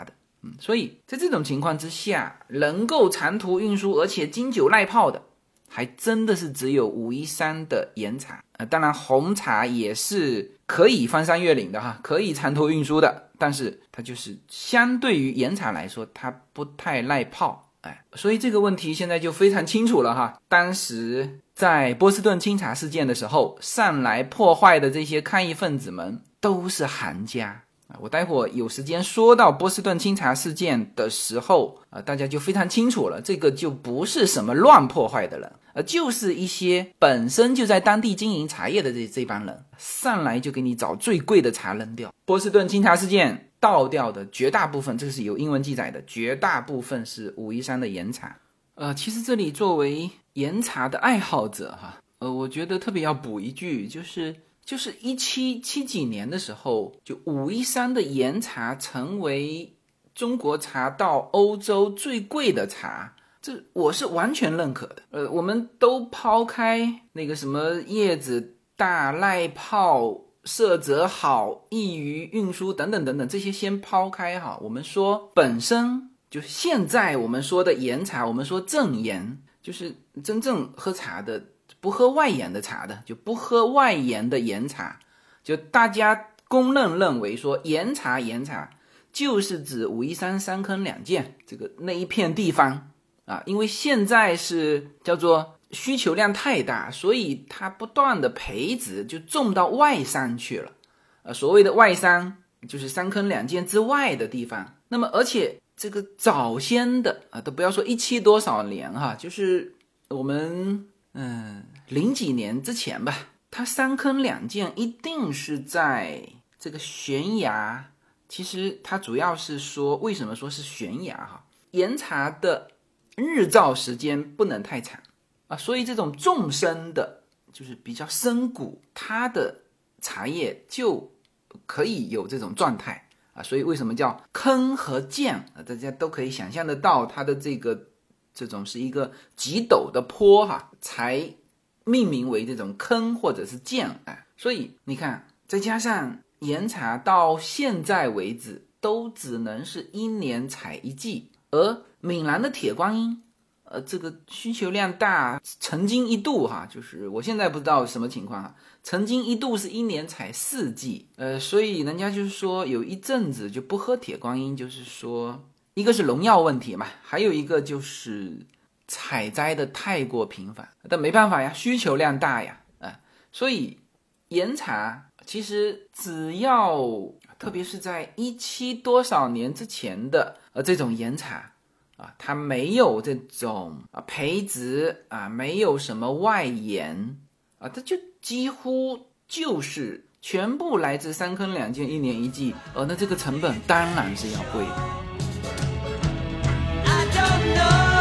嗯，所以在这种情况之下，能够长途运输而且经久耐泡的，还真的是只有武夷山的岩茶。呃，当然红茶也是可以翻山越岭的哈，可以长途运输的，但是它就是相对于岩茶来说，它不太耐泡。哎，所以这个问题现在就非常清楚了哈。当时在波士顿清茶事件的时候，上来破坏的这些抗议分子们都是行家。我待会儿有时间说到波士顿清茶事件的时候啊，大家就非常清楚了，这个就不是什么乱破坏的人，而就是一些本身就在当地经营茶叶的这这帮人，上来就给你找最贵的茶扔掉。波士顿清茶事件倒掉的绝大部分，这个是有英文记载的，绝大部分是武夷山的岩茶。呃，其实这里作为岩茶的爱好者哈，呃，我觉得特别要补一句，就是就是一七七几年的时候，就武夷山的岩茶成为中国茶到欧洲最贵的茶，这我是完全认可的。呃，我们都抛开那个什么叶子大、耐泡、色泽好、易于运输等等等等，这些先抛开哈。我们说本身就是现在我们说的岩茶，我们说正岩，就是真正喝茶的不喝外岩的茶的，就不喝外岩的岩茶，就大家公认认为说岩茶岩茶就是指武夷山三坑两涧这个那一片地方啊，因为现在是叫做需求量太大，所以它不断的培植就种到外山去了。呃，所谓的外山就是三坑两涧之外的地方。那么而且这个早先的啊，都不要说一七多少年哈，就是我们嗯零几年之前吧，它三坑两涧一定是在这个悬崖。其实它主要是说，为什么说是悬崖哈？岩茶的日照时间不能太长啊，所以这种纵深的，就是比较深谷，它的茶叶就可以有这种状态啊。所以为什么叫坑和涧啊？大家都可以想象得到，它的这个这种是一个极陡的坡哈，才命名为这种坑或者是涧啊。所以你看，再加上岩茶到现在为止都只能是一年采一季，而闽南的铁观音呃，这个需求量大，曾经一度哈，就是我现在不知道什么情况哈，曾经一度是一年采四季，呃，所以人家就是说有一阵子就不喝铁观音，就是说一个是农药问题嘛，还有一个就是采摘的太过频繁，但没办法呀，需求量大呀，啊、呃，所以岩茶其实只要，特别是在一七多少年之前的呃这种岩茶。啊，它没有这种啊培植啊，没有什么外延啊，它就几乎就是全部来自三坑两涧，一年一季，呃，那这个成本当然是要贵的。I don't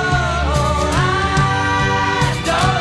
know, I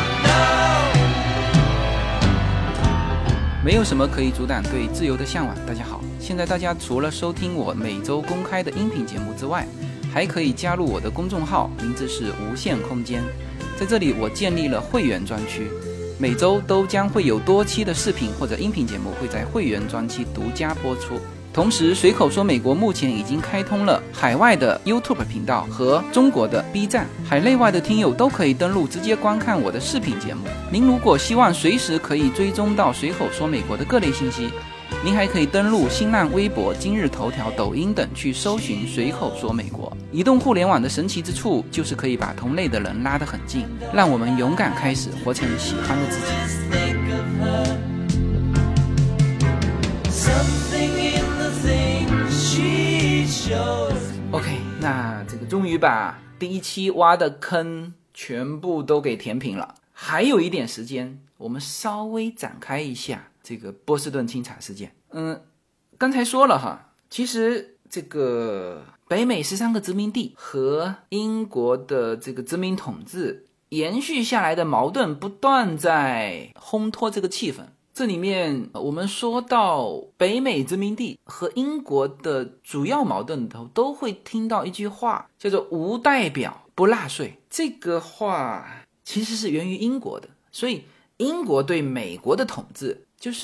don't know. 没有什么可以阻挡对自由的向往。大家好，现在大家除了收听我每周公开的音频节目之外，还可以加入我的公众号，名字是无限空间。在这里我建立了会员专区，每周都将会有多期的视频或者音频节目会在会员专区独家播出。同时随口说美国目前已经开通了海外的 YouTube 频道和中国的 B 站，海内外的听友都可以登录直接观看我的视频节目。您如果希望随时可以追踪到随口说美国的各类信息，您还可以登录新浪微博、今日头条、抖音等去搜寻随口说美国。移动互联网的神奇之处就是可以把同类的人拉得很近，让我们勇敢开始活成喜欢的自己。OK， 那这个终于把第一期挖的坑全部都给填平了，还有一点时间，我们稍微展开一下这个波士顿清茶事件。嗯，刚才说了哈，其实这个北美十三个殖民地和英国的这个殖民统治延续下来的矛盾不断在烘托这个气氛。这里面我们说到北美殖民地和英国的主要矛盾头都会听到一句话，叫做无代表不纳税。这个话其实是源于英国的，所以英国对美国的统治就是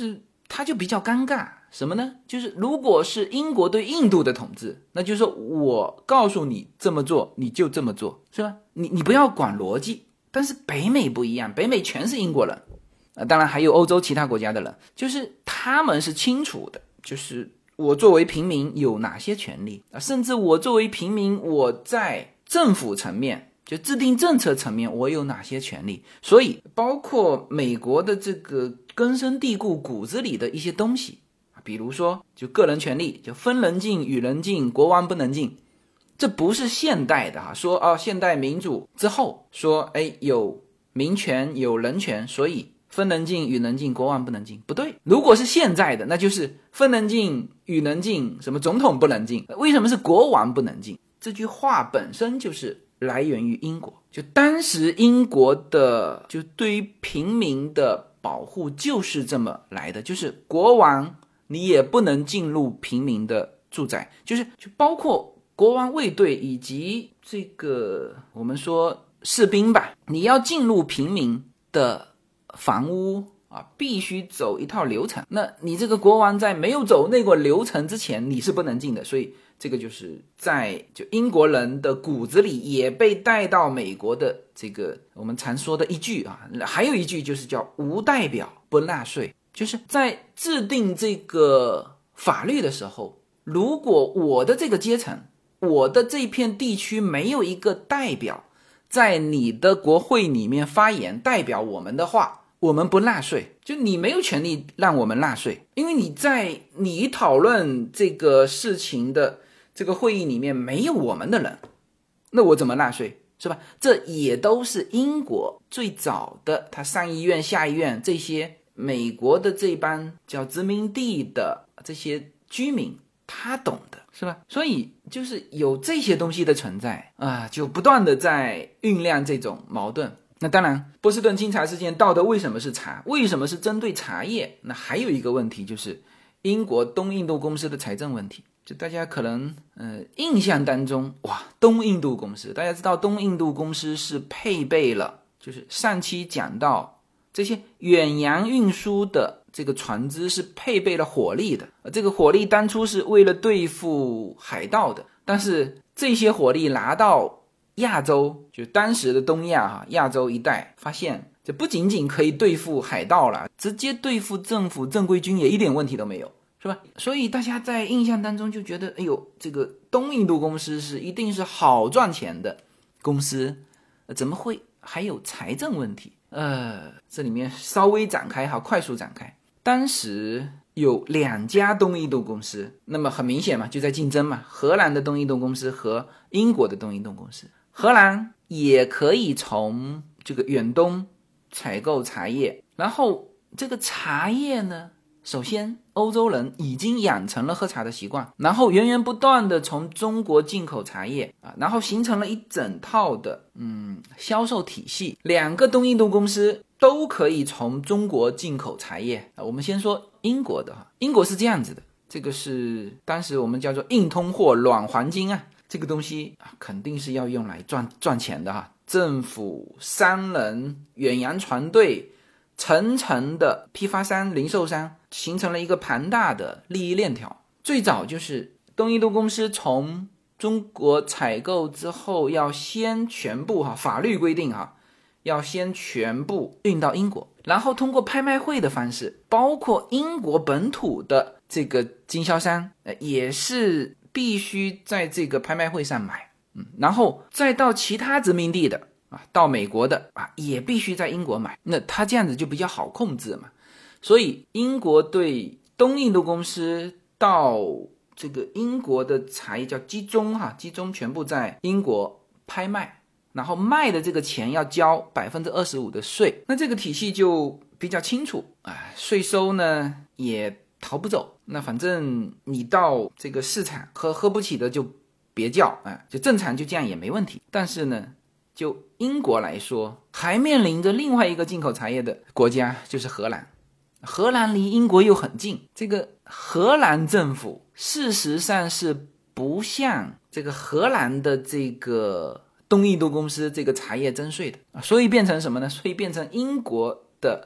它就比较尴尬。什么呢？就是如果是英国对印度的统治，那就是说我告诉你这么做你就这么做，是吧？你你不要管逻辑。但是北美不一样，北美全是英国人，呃，当然还有欧洲其他国家的人，就是他们是清楚的，就是我作为平民有哪些权利啊，甚至我作为平民我在政府层面就制定政策层面我有哪些权利。所以包括美国的这个根深蒂固骨子里的一些东西，比如说就个人权利，就分人禁与人禁，国王不能禁。这不是现代的哈，说哦，现代民主之后说，哎，有民权有人权，所以分人禁与人禁，国王不能禁，不对。如果是现在的，那就是分人禁与人禁，什么总统不能禁，为什么是国王不能禁？这句话本身就是来源于英国，就当时英国的就对于平民的保护就是这么来的，就是国王你也不能进入平民的住宅，就是就包括国王卫队以及这个我们说士兵吧，你要进入平民的房屋啊，必须走一套流程。那你这个国王在没有走那个流程之前，你是不能进的。所以这个就是在就英国人的骨子里也被带到美国的这个我们常说的一句啊，还有一句就是叫无代表不纳税，就是在制定这个法律的时候，如果我的这个阶层我的这片地区没有一个代表在你的国会里面发言代表我们的话，我们不纳税，就你没有权利让我们纳税，因为你在你讨论这个事情的这个会议里面没有我们的人，那我怎么纳税，是吧？这也都是英国最早的他上议院下议院这些美国的这帮叫殖民地的这些居民他懂的，是吧？所以就是有这些东西的存在啊，就不断的在酝酿这种矛盾。那当然波士顿清茶事件到底为什么是茶，为什么是针对茶叶，那还有一个问题就是英国东印度公司的财政问题。就大家可能呃印象当中，哇，东印度公司，大家知道东印度公司是配备了，就是上期讲到这些远洋运输的这个船只是配备了火力的，这个火力当初是为了对付海盗的，但是这些火力拿到亚洲，就当时的东亚哈亚洲一带，发现这不仅仅可以对付海盗了，直接对付政府正规军也一点问题都没有，是吧？所以大家在印象当中就觉得，哎呦，这个东印度公司是一定是好赚钱的公司，怎么会还有财政问题？呃，这里面稍微展开哈，快速展开。当时有两家东印度公司，那么很明显嘛，就在竞争嘛，荷兰的东印度公司和英国的东印度公司。荷兰也可以从这个远东采购茶叶，然后这个茶叶呢，首先欧洲人已经养成了喝茶的习惯，然后源源不断的从中国进口茶叶啊，然后形成了一整套的嗯销售体系。两个东印度公司都可以从中国进口茶叶啊。我们先说英国的哈，英国是这样子的，这个是当时我们叫做硬通货软黄金啊，这个东西啊肯定是要用来赚赚钱的哈。政府、商人、远洋船队、层层的批发商、零售商，形成了一个庞大的利益链条。最早就是东印度公司从中国采购之后，要先全部哈，法律规定哈，要先全部运到英国，然后通过拍卖会的方式，包括英国本土的这个经销商，呃，也是必须在这个拍卖会上买。嗯，然后再到其他殖民地的啊，到美国的啊，也必须在英国买，那他这样子就比较好控制嘛。所以英国对东印度公司到这个英国的茶叶叫集中哈，集中全部在英国拍卖，然后卖的这个钱要交 百分之二十五 的税，那这个体系就比较清楚啊，税收呢也逃不走，那反正你到这个市场喝喝不起的就别叫啊，就正常就这样也没问题。但是呢，就英国来说，还面临着另外一个进口茶叶的国家，就是荷兰。荷兰离英国又很近，这个荷兰政府事实上是不向这个荷兰的这个东印度公司这个茶叶征税的，所以变成什么呢？所以变成英国的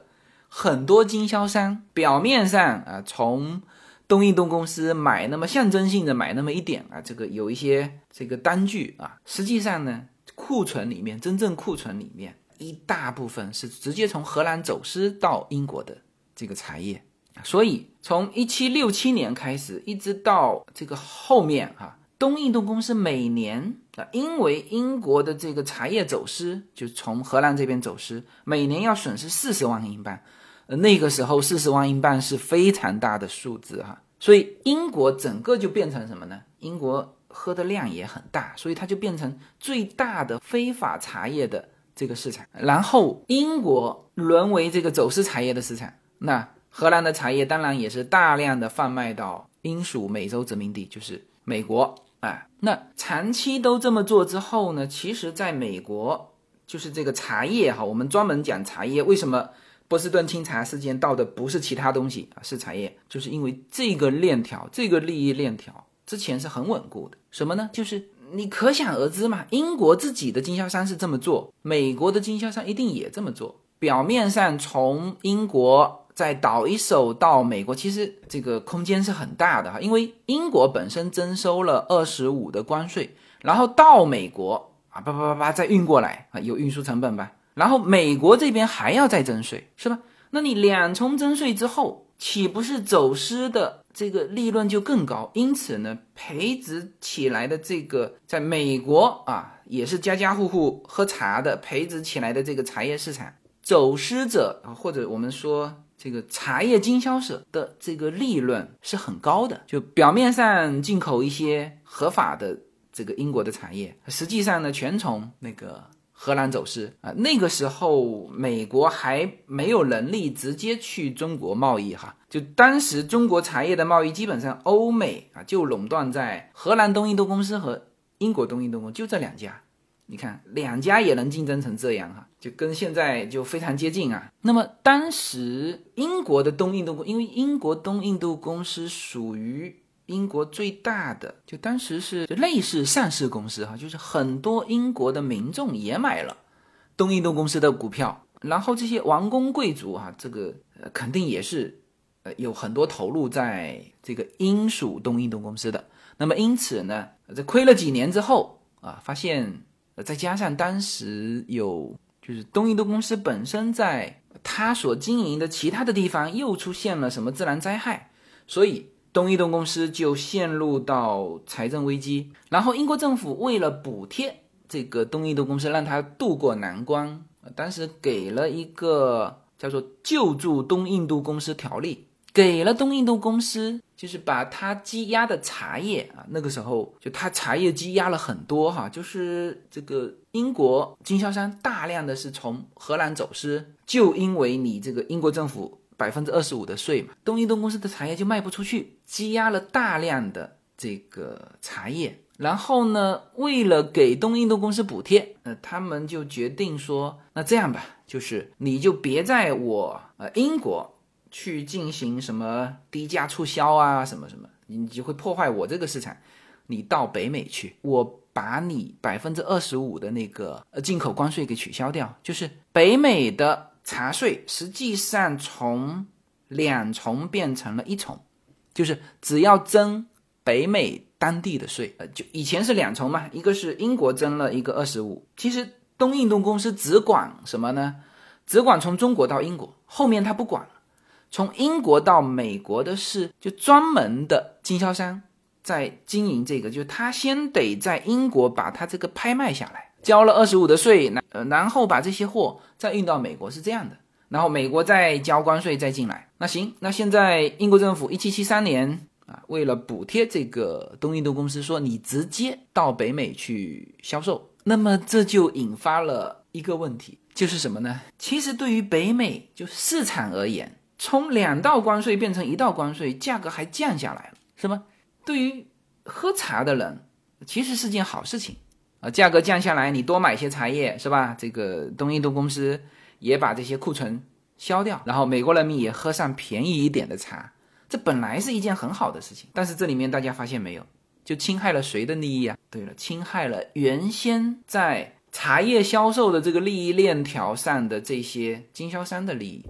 很多经销商表面上啊从东印度公司买那么象征性的买那么一点啊，这个有一些这个单据啊，实际上呢库存里面真正库存里面一大部分是直接从荷兰走私到英国的这个茶叶。所以从一七六七年开始一直到这个后面啊，东印度公司每年啊，因为英国的这个茶叶走私，就从荷兰这边走私，每年要损失四十万英镑。呃，那个时候四十万英镑是非常大的数字哈，所以英国整个就变成什么呢？英国喝的量也很大，所以它就变成最大的非法茶叶的这个市场。然后英国沦为这个走私茶叶的市场，那荷兰的茶叶当然也是大量的贩卖到英属美洲殖民地，就是美国啊。那长期都这么做之后呢，其实在美国就是这个茶叶哈，我们专门讲茶叶，为什么波士顿清茶事件到的不是其他东西啊，是茶叶，就是因为这个链条，这个利益链条之前是很稳固的。什么呢？就是你可想而知嘛，英国自己的经销商是这么做，美国的经销商一定也这么做。表面上从英国再倒一手到美国，其实这个空间是很大的哈，因为英国本身征收了二十五的关税，然后到美国啊，叭叭叭叭再运过来啊，有运输成本吧。然后美国这边还要再征税，是吧？那你两重征税之后，岂不是走私的这个利润就更高？因此呢，培植起来的这个在美国啊，也是家家户户喝茶的培植起来的这个茶叶市场，走私者或者我们说这个茶叶经销社的这个利润是很高的。就表面上进口一些合法的这个英国的茶叶，实际上呢，全从那个荷兰走私啊，那个时候美国还没有能力直接去中国贸易哈，就当时中国茶叶的贸易基本上欧美啊就垄断在荷兰东印度公司和英国东印度公司，就这两家。你看两家也能竞争成这样哈，就跟现在就非常接近啊。那么当时英国的东印度公司，因为英国东印度公司属于英国最大的，就当时是类似上市公司哈，就是很多英国的民众也买了东印度公司的股票，然后这些王公贵族哈，这个、呃、肯定也是呃有很多投入在这个英属东印度公司的。那么因此呢，这亏了几年之后啊，发现、呃、再加上当时有就是东印度公司本身在他所经营的其他的地方又出现了什么自然灾害，所以东印度公司就陷入到财政危机，然后英国政府为了补贴这个东印度公司让它渡过难关，当时给了一个叫做救助东印度公司条例，给了东印度公司，就是把它积压的茶叶啊，那个时候就它茶叶积压了很多哈，就是这个英国经销商大量的是从荷兰走私，就因为你这个英国政府百分之二十五的税嘛，东印度公司的茶叶就卖不出去，积压了大量的这个茶叶。然后呢，为了给东印度公司补贴，呃，他们就决定说，那这样吧，就是你就别在我呃英国去进行什么低价促销啊，什么什么，你就会破坏我这个市场。你到北美去，我把你百分之二十五的那个呃进口关税给取消掉，就是北美的茶税实际上从两重变成了一重，就是只要征北美当地的税，呃，就以前是两重嘛，一个是英国征了一个二十五，其实东印度公司只管什么呢？只管从中国到英国，后面他不管了。从英国到美国的是就专门的经销商在经营这个，就他先得在英国把他这个拍卖下来，交了二十五的税，然后把这些货再运到美国，是这样的。然后美国再交关税再进来。那行，那现在英国政府一七七三年啊，为了补贴这个东印度公司，说你直接到北美去销售，那么这就引发了一个问题，就是什么呢？其实对于北美就市场而言，从两道关税变成一道关税，价格还降下来了，是吗？对于喝茶的人其实是件好事情啊，价格降下来，你多买一些茶叶，是吧？这个东印度公司也把这些库存销掉，然后美国人民也喝上便宜一点的茶，这本来是一件很好的事情。但是这里面大家发现没有，就侵害了谁的利益啊？对了，侵害了原先在茶叶销售的这个利益链条上的这些经销商的利益。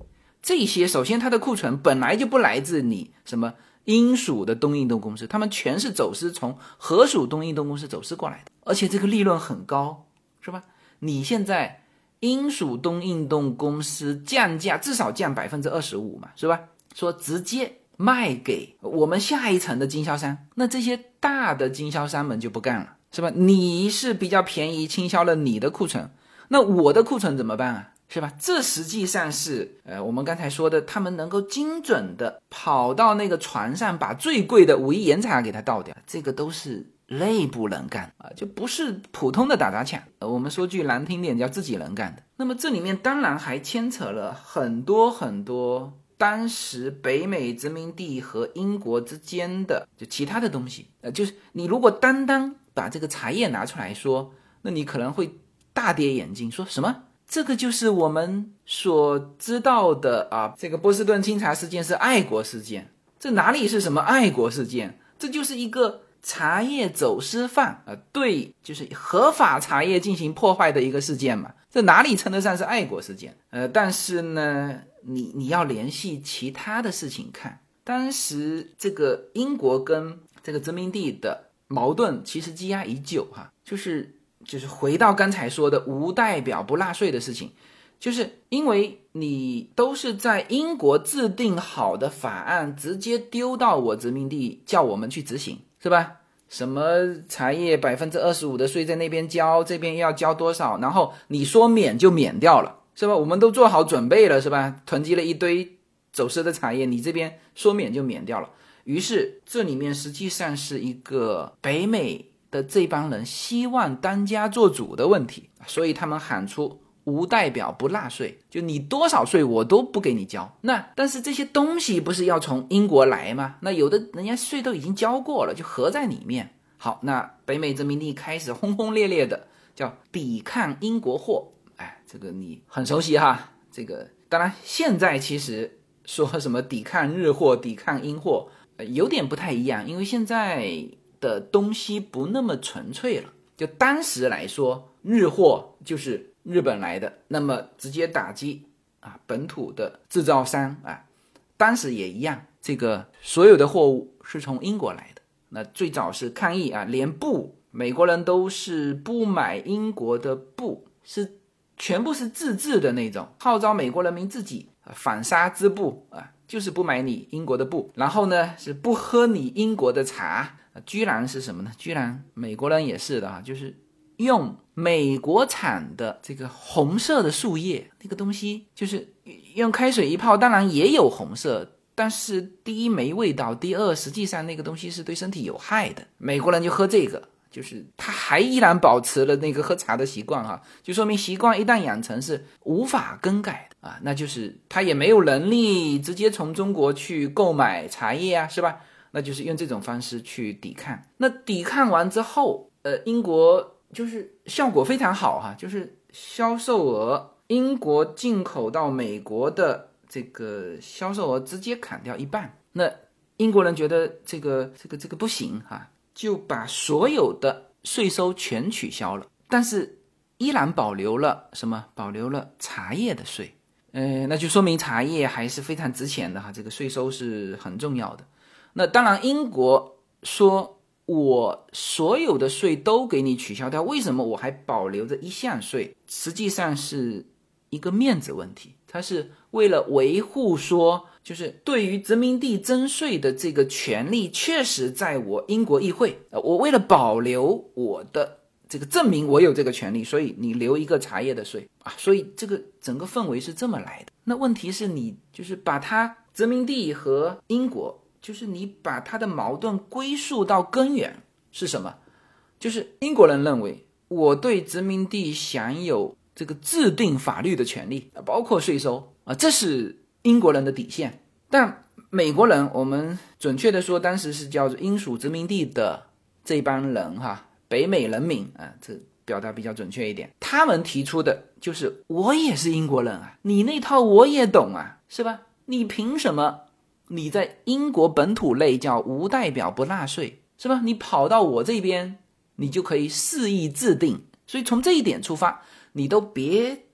这些首先它的库存本来就不来自你什么英属的东印度公司，他们全是走私从荷属东印度公司走私过来的，而且这个利润很高，是吧？你现在英属东印度公司降价至少降 百分之二十五 嘛，是吧？说直接卖给我们下一层的经销商，那这些大的经销商们就不干了，是吧？你是比较便宜倾销了你的库存，那我的库存怎么办啊？是吧？这实际上是呃，我们刚才说的，他们能够精准的跑到那个船上，把最贵的武夷岩茶给它倒掉，这个都是内部人干啊，就不是普通的打砸抢，呃，我们说句难听点叫自己人干的。那么这里面当然还牵扯了很多很多当时北美殖民地和英国之间的就其他的东西，呃，就是你如果单单把这个茶叶拿出来说，那你可能会大跌眼镜，说什么？这个就是我们所知道的啊，这个波士顿清茶事件是爱国事件，这哪里是什么爱国事件？这就是一个茶叶走私犯啊，对，就是合法茶叶进行破坏的一个事件嘛，这哪里称得上是爱国事件？呃，但是呢，你你要联系其他的事情看，当时这个英国跟这个殖民地的矛盾其实积压已久哈，就是。就是回到刚才说的无代表不纳税的事情，就是因为你都是在英国制定好的法案直接丢到我殖民地叫我们去执行，是吧？什么茶叶 百分之二十五 的税在那边交，这边要交多少，然后你说免就免掉了，是吧？我们都做好准备了，是吧？囤积了一堆走私的茶叶，你这边说免就免掉了。于是这里面实际上是一个北美的这帮人希望当家做主的问题，所以他们喊出无代表不纳税，就你多少税我都不给你交。那但是这些东西不是要从英国来吗？那有的人家税都已经交过了，就合在里面。好，那北美殖民地开始轰轰烈烈的叫抵抗英国货，哎，这个你很熟悉哈。这个当然现在其实说什么抵抗日货、抵抗英货，呃，有点不太一样，因为现在的东西不那么纯粹了。就当时来说，日货就是日本来的，那么直接打击啊本土的制造商啊。当时也一样，这个所有的货物是从英国来的。那最早是抗议啊，连布美国人都是不买英国的布，是全部是自制的那种，号召美国人民自己啊反杀织布啊，就是不买你英国的布，然后呢是不喝你英国的茶。居然是什么呢？居然美国人也是的啊，就是用美国产的这个红色的树叶，那个东西就是用开水一泡，当然也有红色，但是第一没味道，第二实际上那个东西是对身体有害的。美国人就喝这个，就是他还依然保持了那个喝茶的习惯哈，就说明习惯一旦养成是无法更改的啊，那就是他也没有能力直接从中国去购买茶叶啊，是吧？那就是用这种方式去抵抗。那抵抗完之后，呃，英国就是效果非常好哈，就是销售额，英国进口到美国的这个销售额直接砍掉一半。那英国人觉得这个这个这个不行哈，就把所有的税收全取消了，但是依然保留了什么？保留了茶叶的税。呃，那就说明茶叶还是非常值钱的哈，这个税收是很重要的。那当然英国说我所有的税都给你取消掉，为什么我还保留着一项税？实际上是一个面子问题，它是为了维护说就是对于殖民地征税的这个权利确实在我英国议会，我为了保留我的这个证明我有这个权利，所以你留一个茶叶的税啊，所以这个整个氛围是这么来的。那问题是你就是把它殖民地和英国，就是你把它的矛盾归宿到根源是什么？就是英国人认为我对殖民地享有这个制定法律的权利，包括税收啊，这是英国人的底线。但美国人，我们准确的说当时是叫做英属殖民地的这帮人哈，北美人民啊，这表达比较准确一点，他们提出的就是我也是英国人啊，你那套我也懂啊，是吧？你凭什么你在英国本土内叫无代表不纳税，是吧？你跑到我这边你就可以肆意制定。所以从这一点出发，你都别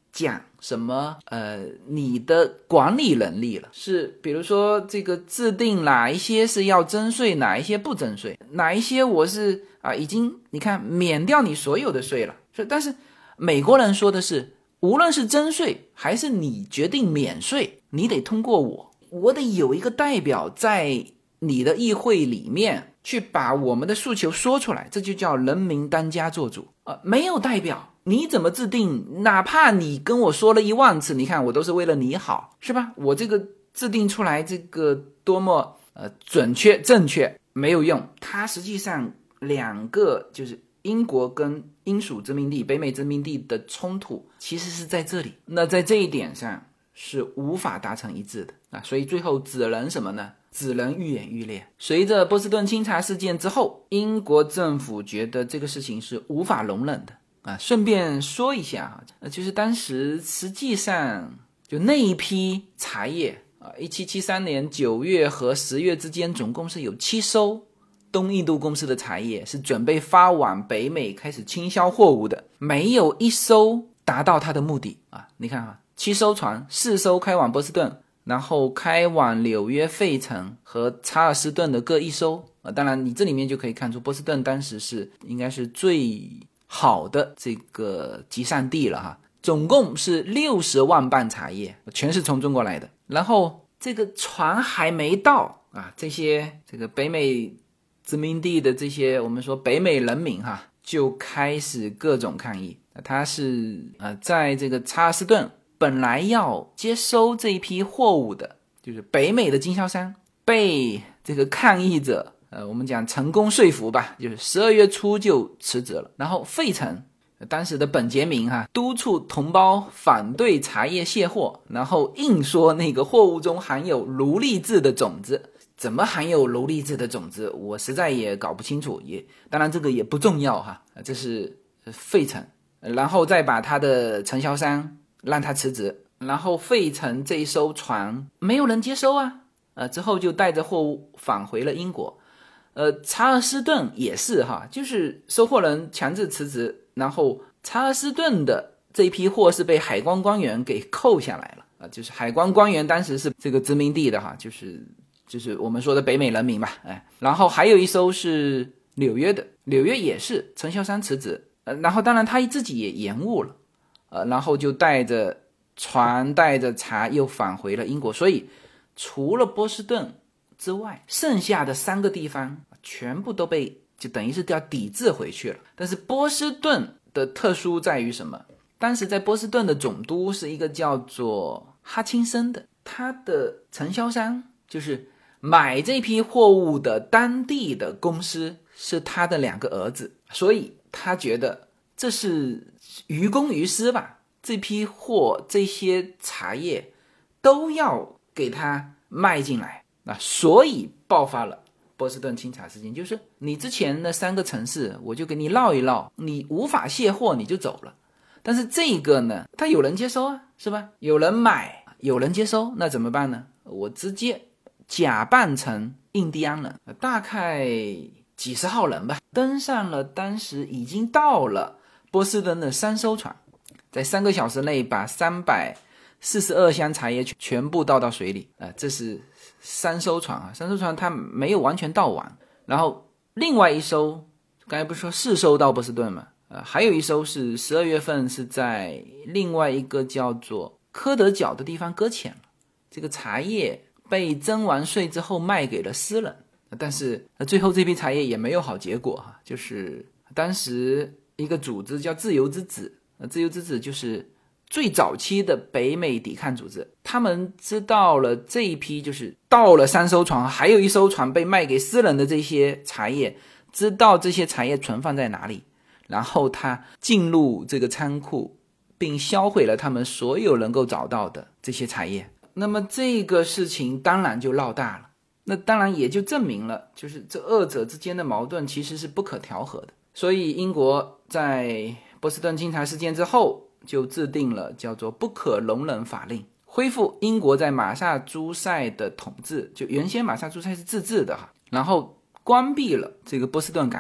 讲什么呃你的管理能力了，是比如说这个制定哪一些是要征税，哪一些不征税，哪一些我是啊已经你看免掉你所有的税了。但是美国人说的是，无论是征税还是你决定免税，你得通过我，我得有一个代表在你的议会里面去把我们的诉求说出来，这就叫人民当家作主。呃，没有代表你怎么制定，哪怕你跟我说了一万次，你看我都是为了你好，是吧？我这个制定出来这个多么呃准确正确，没有用。它实际上两个就是英国跟英属殖民地北美殖民地的冲突其实是在这里，那在这一点上是无法达成一致的啊，所以最后只能什么呢？只能愈演愈烈。随着波士顿清查事件之后，英国政府觉得这个事情是无法容忍的啊。顺便说一下啊，就是当时实际上就那一批茶叶啊，一七七三年九月和十月之间，总共是有七艘东印度公司的茶叶是准备发往北美开始倾销货物的，没有一艘达到它的目的啊。你看啊，七艘船，四艘开往波士顿，然后开往纽约费城和查尔斯顿的各一艘啊。当然你这里面就可以看出波士顿当时是应该是最好的这个集散地了哈。总共是六十万磅茶叶，全是从中国来的。然后这个船还没到啊，这些这个北美殖民地的这些我们说北美人民哈，就开始各种抗议。他是呃在这个查尔斯顿本来要接收这一批货物的，就是北美的经销商，被这个抗议者呃我们讲成功说服吧，就是十二月初就辞职了。然后费城当时的本杰明哈督促同胞反对茶叶卸货，然后硬说那个货物中含有奴隶制的种子。怎么含有奴隶制的种子，我实在也搞不清楚，也当然这个也不重要哈，这是费城。然后再把他的承销商让他辞职，然后费城这一艘船没有人接收啊，呃之后就带着货物返回了英国。呃查尔斯顿也是哈，就是收货人强制辞职，然后查尔斯顿的这一批货是被海关官员给扣下来了啊、呃，就是海关官员当时是这个殖民地的哈，就是就是我们说的北美人民吧，哎，然后还有一艘是纽约的，纽约也是承销商辞职，呃，然后当然他自己也延误了，呃，然后就带着船带着茶又返回了英国。所以除了波士顿之外，剩下的三个地方全部都被就等于是要抵制回去了。但是波士顿的特殊在于什么？当时在波士顿的总督是一个叫做哈钦森的，他的承销商就是买这批货物的当地的公司是他的两个儿子，所以他觉得这是于公于私吧，这批货这些茶叶都要给他卖进来，那所以爆发了波士顿清查事件。就是你之前的三个城市我就给你绕一绕，你无法卸货你就走了，但是这个呢他有人接收啊，是吧？有人买有人接收，那怎么办呢？我直接假扮成印第安人，大概几十号人吧，登上了当时已经到了波士顿的三艘船，在三个小时内把三百四十二箱茶叶全部倒到水里、呃、这是三艘船啊，三艘船它没有完全倒完。然后另外一艘刚才不是说四艘到波士顿嘛，呃，还有一艘是十二月份是在另外一个叫做科德角的地方搁浅了，这个茶叶被征完税之后卖给了私人，但是最后这批茶叶也没有好结果哈，就是当时一个组织叫自由之子，自由之子就是最早期的北美抵抗组织，他们知道了这一批就是到了三艘船还有一艘船被卖给私人的这些茶叶，知道这些茶叶存放在哪里，然后他进入这个仓库并销毁了他们所有能够找到的这些茶叶。那么这个事情当然就闹大了，那当然也就证明了就是这二者之间的矛盾其实是不可调和的。所以英国在波士顿清查事件之后就制定了叫做不可容忍法令，恢复英国在马萨诸塞的统治，就原先马萨诸塞是自治的哈，然后关闭了这个波士顿港口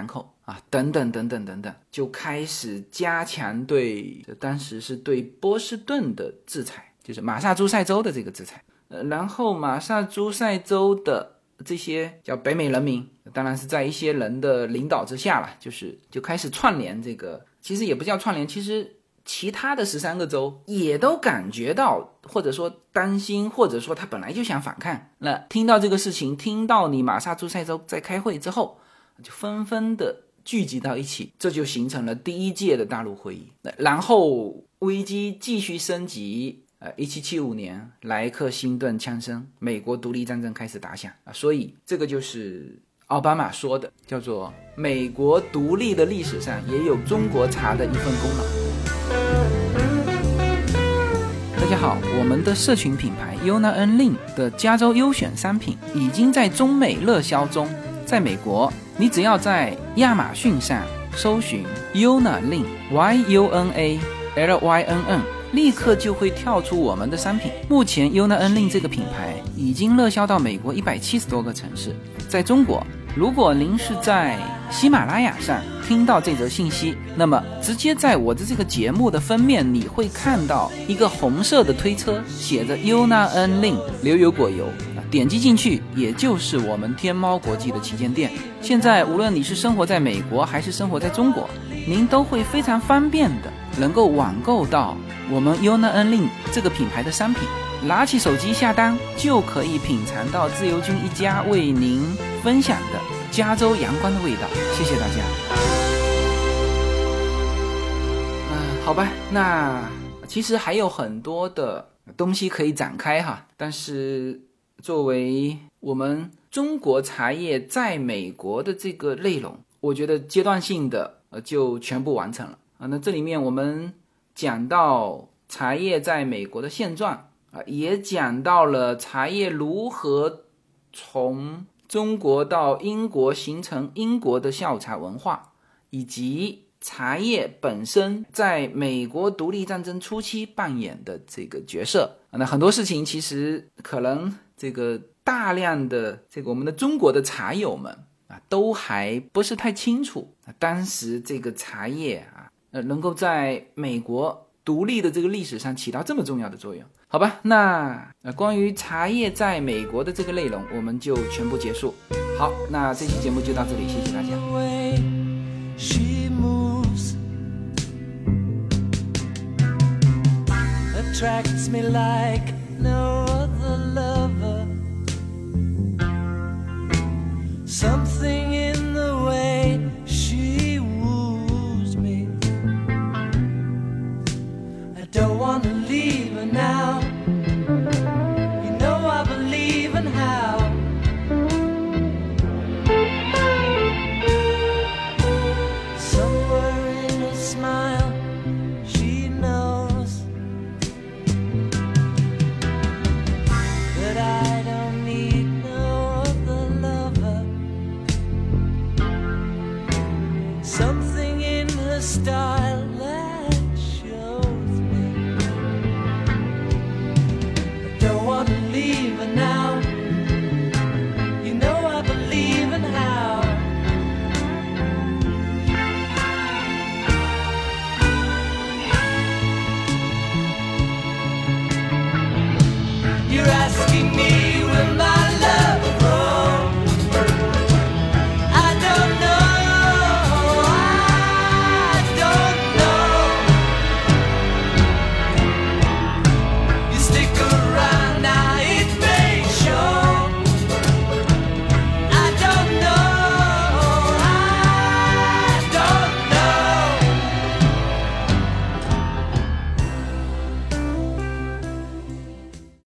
啊，等等等等等等，就开始加强对当时是对波士顿的制裁，就是马萨诸塞州的这个制裁。呃，然后马萨诸塞州的这些叫北美人民，当然是在一些人的领导之下了，就是就开始串联这个，其实也不叫串联，其实其他的十三个州也都感觉到，或者说担心，或者说他本来就想反抗。那听到这个事情，听到你马萨诸塞州在开会之后，就纷纷的聚集到一起，这就形成了第一届的大陆会议。然后危机继续升级。呃，一七七五年莱克星顿枪声，美国独立战争开始打响啊，所以这个就是奥巴马说的，叫做美国独立的历史上也有中国茶的一份功劳。大家好，我们的社群品牌 Yona and Lin 的加州优选商品已经在中美热销中，在美国，你只要在亚马逊上搜寻 Yona Lin Y U N A L Y N N。立刻就会跳出我们的商品。目前 Yona and Lin 这个品牌已经热销到美国一百七十多个城市。在中国，如果您是在喜马拉雅上听到这则信息，那么直接在我的这个节目的封面你会看到一个红色的推车，写着 Yona and Lin 牛油果油，点击进去也就是我们天猫国际的旗舰店。现在无论你是生活在美国还是生活在中国，您都会非常方便的能够网购到我们 Yona and Lin 这个品牌的商品，拿起手机下单就可以品尝到自由军一家为您分享的加州阳光的味道。谢谢大家。嗯，好吧，那其实还有很多的东西可以展开哈，但是作为我们中国茶叶在美国的这个内容，我觉得阶段性的呃就全部完成了啊。那这里面我们讲到茶叶在美国的现状啊，也讲到了茶叶如何从中国到英国形成英国的下午茶文化，以及茶叶本身在美国独立战争初期扮演的这个角色。那很多事情其实可能这个大量的这个我们的中国的茶友们啊，都还不是太清楚当时这个茶叶啊呃，能够在美国独立的这个历史上起到这么重要的作用。好吧，那呃关于茶叶在美国的这个内容我们就全部结束。好，那这期节目就到这里，谢谢大家。 Attracts me like no other lover. Something in the way she woos me. I don't want to leave her now. You know I believe in how. Somewhere in her smile she knows that I don't need no other lover. Something in her style that shows me I don't want to leave her now. You know I believe in how. You're asking me